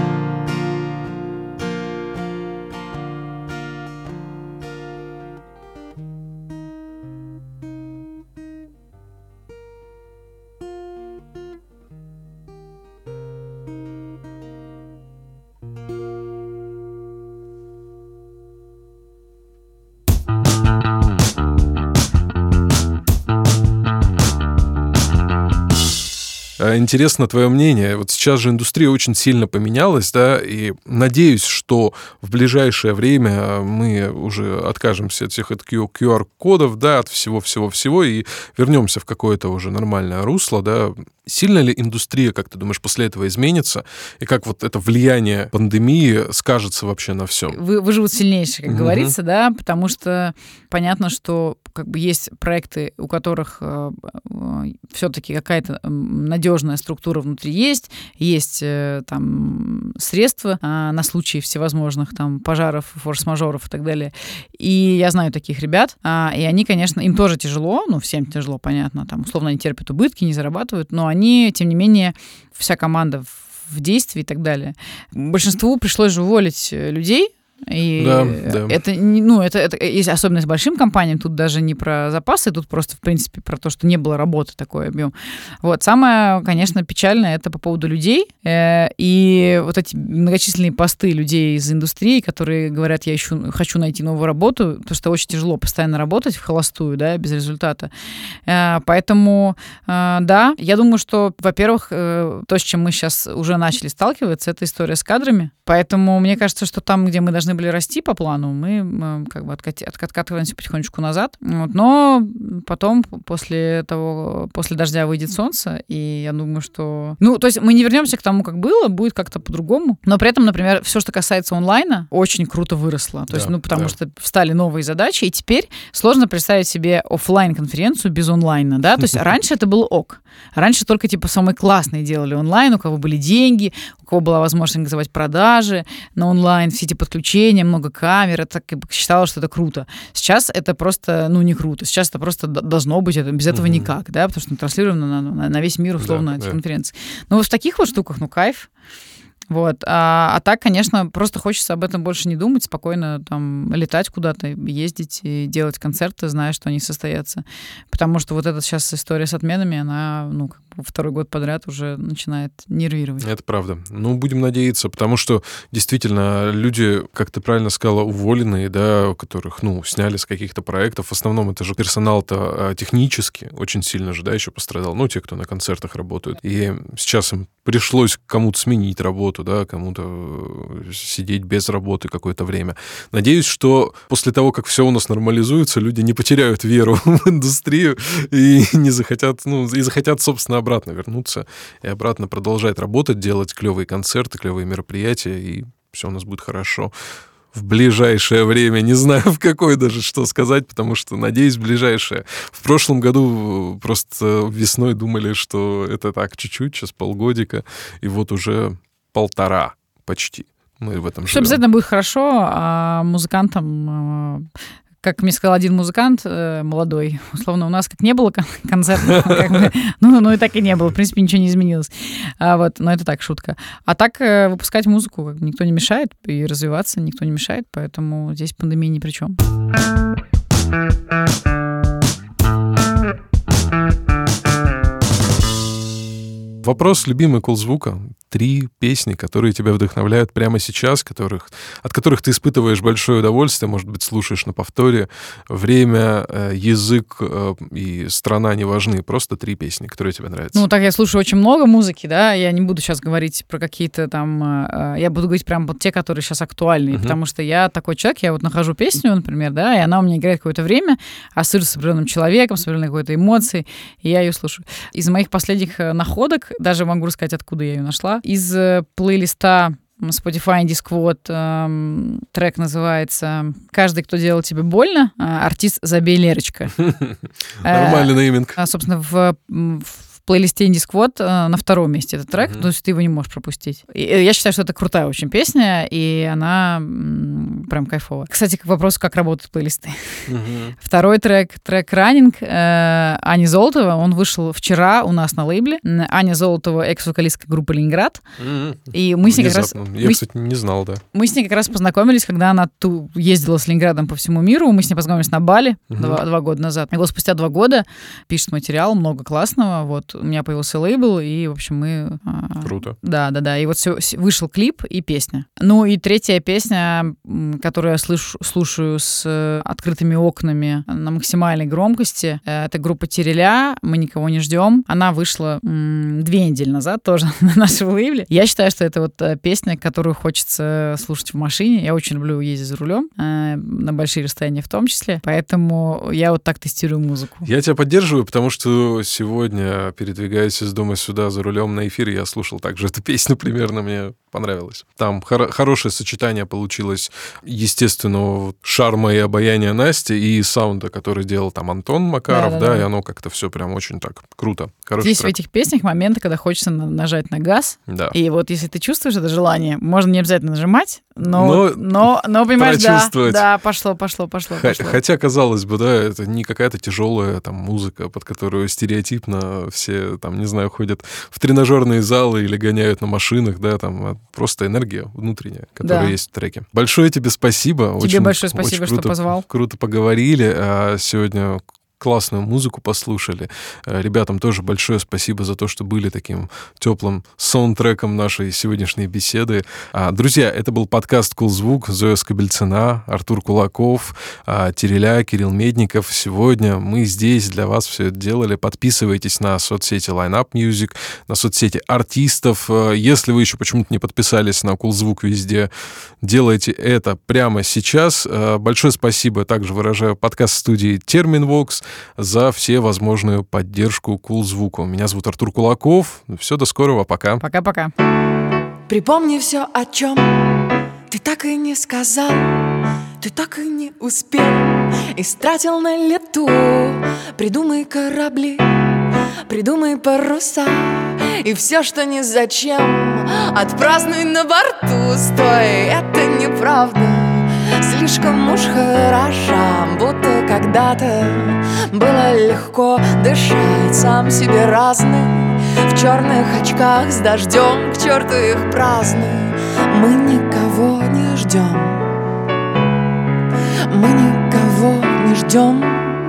интересно твое мнение. Вот сейчас же индустрия очень сильно поменялась, да, и надеюсь, что в ближайшее время мы уже откажемся от всех QR-кодов, да, от всего-всего-всего и вернемся в какое-то уже нормальное русло, да. Сильно ли индустрия, как ты думаешь, после этого изменится? И как вот это влияние пандемии скажется вообще на всем? Выживут сильнейшие, как говорится, да, потому что понятно, что как бы есть проекты, у которых все-таки какая-то надежная структура внутри есть там средства на случай всевозможных там пожаров, форс-мажоров и так далее. И я знаю таких ребят, и они, конечно, им тоже тяжело, ну, всем тяжело, понятно, там, условно, они терпят убытки, не зарабатывают, но они, тем не менее, вся команда в действии и так далее. Большинству пришлось же уволить людей, и это, ну, это есть особенность большим компаниям, тут даже не про запасы, тут просто, в принципе, про то, что не было работы, такой объем. Вот. Самое, конечно, печальное, это по поводу людей, и вот эти многочисленные посты людей из индустрии, которые говорят, я хочу найти новую работу, потому что очень тяжело постоянно работать в холостую, да, без результата. Поэтому, да, я думаю, что, во-первых, то, с чем мы сейчас уже начали сталкиваться, это история с кадрами, поэтому мне кажется, что там, где мы должны были расти по плану, мы как бы откатываемся потихонечку назад. Вот. Но потом, после дождя выйдет солнце, и я думаю, что... Ну, то есть мы не вернемся к тому, как было, будет как-то по-другому. Но при этом, например, все, что касается онлайна, очень круто выросло. То есть, потому что встали новые задачи, и теперь сложно представить себе офлайн-конференцию без онлайна, да? То есть раньше это было ок. Раньше только, типа, самые классные делали онлайн, у кого были деньги, у кого была возможность организовать продажи на онлайн, все эти подключения, много камер, это как бы считалось, что это круто. Сейчас это просто, ну, не круто. Сейчас это просто должно быть, без этого никак, да, потому что транслировано на весь мир, условно, эти конференции. Но вот в таких вот штуках, ну, кайф. Вот. А так, конечно, просто хочется об этом больше не думать, спокойно там летать куда-то, ездить и делать концерты, зная, что они состоятся. Потому что вот эта сейчас история с отменами, она, ну, как бы второй год подряд уже начинает нервировать. Это правда. Ну, будем надеяться, потому что действительно люди, как ты правильно сказала, уволенные, да, которых, ну, сняли с каких-то проектов. В основном это же персонал-то технически очень сильно же, да, еще пострадал. Ну, те, кто на концертах работают. И сейчас им пришлось кому-то сменить работу, да, кому-то сидеть без работы какое-то время. Надеюсь, что после того, как все у нас нормализуется, люди не потеряют веру в индустрию и не захотят, ну, и захотят, собственно, обратно вернуться и обратно продолжать работать, делать клевые концерты, клевые мероприятия, и все у нас будет хорошо. В ближайшее время, не знаю, в какое даже что сказать, потому что, надеюсь, в ближайшее. В прошлом году просто весной думали, что это так чуть-чуть, сейчас полгодика, и вот уже 1,5 почти. Мы в этом живем. Что обязательно будет хорошо, а музыкантам... Как мне сказал один музыкант молодой, условно, у нас как не было концертов, ну и так и не было, в принципе, ничего не изменилось. Вот, но это так, шутка. А так выпускать музыку никто не мешает, и развиваться никто не мешает, поэтому здесь пандемия ни при чем. Вопрос любимый Кулзвука. 3 песни, которые тебя вдохновляют прямо сейчас, от которых ты испытываешь большое удовольствие, может быть, слушаешь на повторе. Время, язык и страна не важны. Просто 3 песни, которые тебе нравятся. Ну, так я слушаю очень много музыки, да. Я не буду сейчас говорить про какие-то там... Я буду говорить прям вот те, которые сейчас актуальны. Потому что я такой человек, я вот нахожу песню, например, да, и она у меня играет какое-то время, ассоциируется с определенным человеком, с определенной какой-то эмоцией, и я ее слушаю. Из моих последних находок, даже могу рассказать, откуда я ее нашла, из плейлиста Spotify Indie Squad трек называется «Каждый, кто делал тебе больно», артист Забей Лерочка. Нормальный нейминг. Собственно, в плейлисте Indie Squad на 2-м месте этот трек, то есть ты его не можешь пропустить. И я считаю, что это крутая очень песня, и она прям кайфовая. Кстати, к вопросу, как работают плейлисты. Второй трек Running Ани Золотова, он вышел вчера у нас на лейбле. Аня Золотова, экс-вокалистка группы «Ленинград». И мы с ней как раз... Я, кстати, не знал, да. Мы с ней как раз познакомились, когда она ездила с Ленинградом по всему миру. Мы с ней познакомились на Бали 2 года назад. И вот спустя 2 года пишет материал, много классного, вот. у меня появился лейбл, и, в общем, мы... Круто. Да. И вот вышел клип и песня. Ну и третья песня, которую я слушаю с открытыми окнами на максимальной громкости, это группа Тереля «Мы никого не ждем». Она вышла 2 недели назад тоже на нашем лейбле. Я считаю, что это вот песня, которую хочется слушать в машине. Я очень люблю ездить за рулем, на большие расстояния в том числе. Поэтому я вот так тестирую музыку. Я тебя поддерживаю, потому что сегодня, передвигаясь из дома сюда за рулем на эфир, я слушал также эту песню примерно, мне понравилось. Там хорошее сочетание получилось естественного шарма и обаяния Насти и саунда, который делал там Антон Макаров, да, и оно как-то все прям очень так круто. Хороший Здесь трек. в этих песнях моменты, когда хочется нажать на газ, да. И вот если ты чувствуешь это желание, можно не обязательно нажимать, но понимаешь, да, пошло. Хотя, казалось бы, да, это не какая-то тяжелая там музыка, под которую стереотипно все, там, не знаю, ходят в тренажерные залы или гоняют на машинах, да, там просто энергия внутренняя, которая есть в треке. Большое тебе спасибо. Тебе большое спасибо, что позвал. Круто поговорили. Сегодня классную музыку послушали. Ребятам тоже большое спасибо за то, что были таким теплым саундтреком нашей сегодняшней беседы. Друзья, это был подкаст «Кулзвук», Зоя Скобельцина, Артур Кулаков, Тереля, Кирилл Медников. Сегодня мы здесь для вас все это делали. Подписывайтесь на соцсети Line Up Music, на соцсети артистов. Если вы еще почему-то не подписались на «Кулзвук» везде, делайте это прямо сейчас. Большое спасибо также выражаю подкаст-студии «Терминвокс» за все возможную поддержку Кулзвуку. Меня зовут Артур Кулаков. Все, до скорого. Пока. Пока-пока. Припомни все, о чем ты так и не сказал, ты так и не успел, истратил на лету. Придумай корабли, придумай паруса, и все, что ни зачем, отпразднуй на борту. Стой, это неправда, слишком уж хороша, будто когда-то было легко дышать. Сам себе разный, в черных очках с дождем, к черту их праздный. Мы никого не ждем, мы никого не ждем.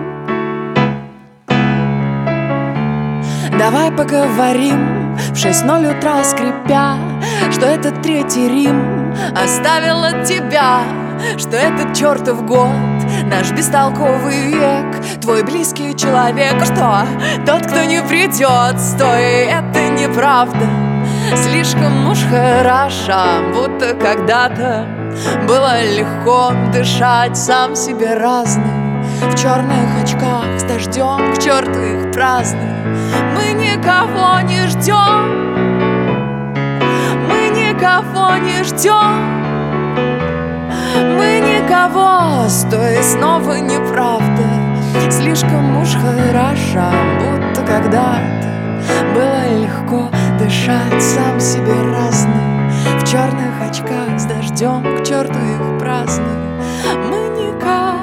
Давай поговорим в 6:00 утра, скрипя, что этот Третий Рим оставил от тебя, что этот чертов год наш бестолковый век, твой близкий человек, что тот, кто не придет. Стой, это неправда, слишком уж хороша, будто когда-то было легко дышать. Сам себе разный, в черных очках с дождем, к черту их праздный. Мы никого не ждем, мы никого не ждем, мы никого. Стой, снова неправда, слишком уж хороша, будто когда-то было легко дышать. Сам себе разный, в черных очках с дождем, к черту их праздный. Мы никого